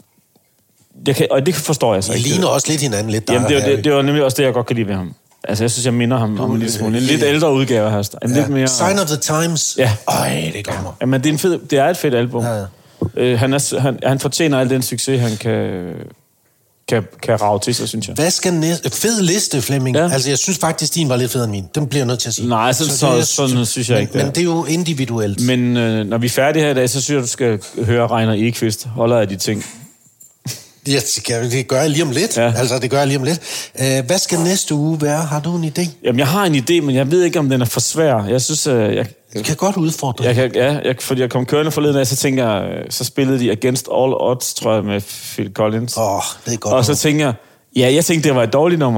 det kan, og det forstår jeg så ikke. Vi ligner også lidt hinanden lidt. Der Jamen det, det, det var nemlig også det, jeg godt kan lide ved ham. Altså jeg synes, jeg minder ham du, om en lille smule, en lidt ældre udgave her. En ja. lidt mere... Sign of the Times. Ja. Øj, det kommer. Ja, men det er, en fed, det er et fedt album. Ja, ja. Øh, han, er, han, han fortjener al den succes, han kan... Kan, kan rage til sig, synes jeg. Hvad skal næste... Fed liste, Flemming. Ja. Altså, jeg synes faktisk, din var lidt federe end min. Den bliver jeg nødt til at sige. Nej, så, så, så, det, sådan synes jeg men, ikke, det Men det er jo individuelt. Men øh, når vi er færdige her i dag, så synes jeg, du skal høre Reiner Ekvist. Holder af de ting. Ja, det gør jeg lige om lidt. Ja. Altså, det gør jeg lige om lidt. Uh, hvad skal næste uge være? Har du en idé? Jamen, jeg har en idé, men jeg ved ikke, om den er for svær. Jeg synes, uh, jeg... Du kan godt udfordre. Jeg kan, ja, jeg, fordi jeg kom kørende forleden af, så tænker jeg, så spillede de Against All Odds, tror jeg, med Phil Collins. Åh, oh, det er godt. Og så tænker jeg, ja, jeg tænkte, det var et dårligt nummer.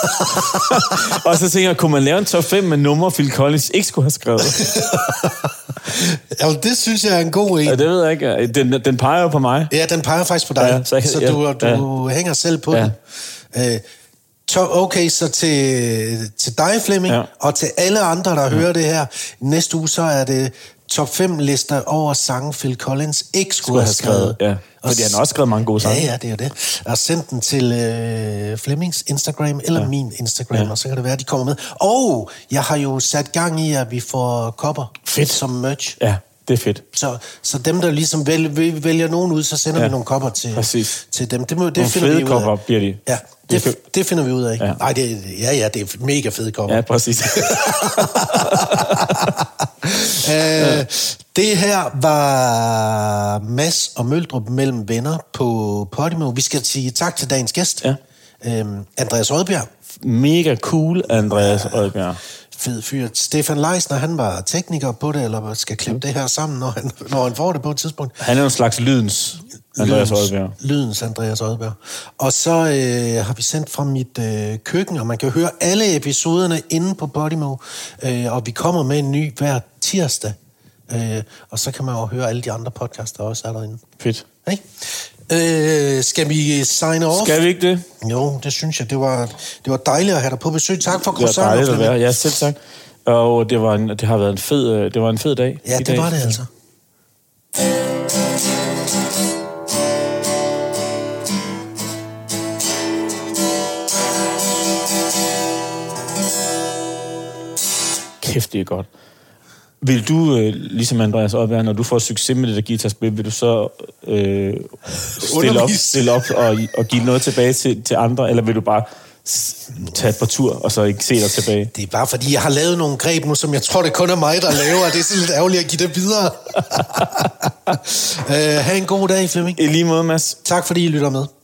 Og så tænker jeg, kunne man lave en top fem med numre, Phil Collins ikke skulle have skrevet? Jamen, det synes jeg er en god en. Ja, det ved jeg ikke. Den, den peger jo på mig. Ja, den peger faktisk på dig. Ja, så, jeg, så du, ja, du ja. hænger selv på ja. den. Uh, okay, så til, til dig, Flemming, ja. og til alle andre, der ja. hører det her. Næste uge, så er det top fem lister over sange, Phil Collins ikke skulle, skulle have skrevet. Ja. Fordi han har også skrevet mange gode sange. Ja, ja, det er det. Og send den til øh, Flemmings Instagram, eller ja. min Instagram, ja. og så kan det være, at de kommer med. Og jeg har jo sat gang i, at vi får kopper fedt. som merch. Ja, det er fedt. Så, så dem, der ligesom vælger, vælger nogen ud, så sender ja. vi nogle kopper til, til dem. Det, må, det finder vi ud af. Nogle fede kopper bliver de. Ja, det, det, det finder vi ud af. Ja. Nej, det, ja, ja, det er mega fede kopper. Ja, præcis. øh, det her var Mads og Møldrup mellem venner på Podimo. Vi skal sige tak til dagens gæst. Ja. Øhm, Andreas Odbjerg. Mega cool, Andreas Odbjerg. Fed fyr. Stefan Leisner, han var tekniker på det, eller skal klippe det her sammen, når han, når han får det på et tidspunkt. Han er en slags lydens Andreas lydens, Odbjerg. Lydens Andreas Odbjerg. Og så øh, har vi sendt fra mit øh, køkken, og man kan høre alle episoderne inde på Podimo, øh, og vi kommer med en ny hver tirsdag. Øh, og så kan man jo høre alle de andre podcasts, der også er derinde. Fedt. Hey? Øh, skal vi sign off? Skal vi ikke det? Jo, det synes jeg. Det var, det var dejligt at have dig på besøg. Tak for croissant. Det var dejligt at være. Ja, selv tak. Og det, var en, det har været en fed, det var en fed dag. Ja, det dag. var det altså. Kæft, det er godt. Vil du, øh, ligesom Andreas Odbjerg, når du får succes med det der guitarspil, vil du så øh, stille, op, stille op og, og give noget tilbage til, til andre, eller vil du bare tage et par tur, og så ikke se dig tilbage? Det er bare fordi, jeg har lavet nogle greb nu, som jeg tror, det kun er mig, der laver, og det er sådan lidt ærgerligt at give det videre. uh, ha' en god dag, Flemming. I lige måde, Mads. Tak fordi I lytter med.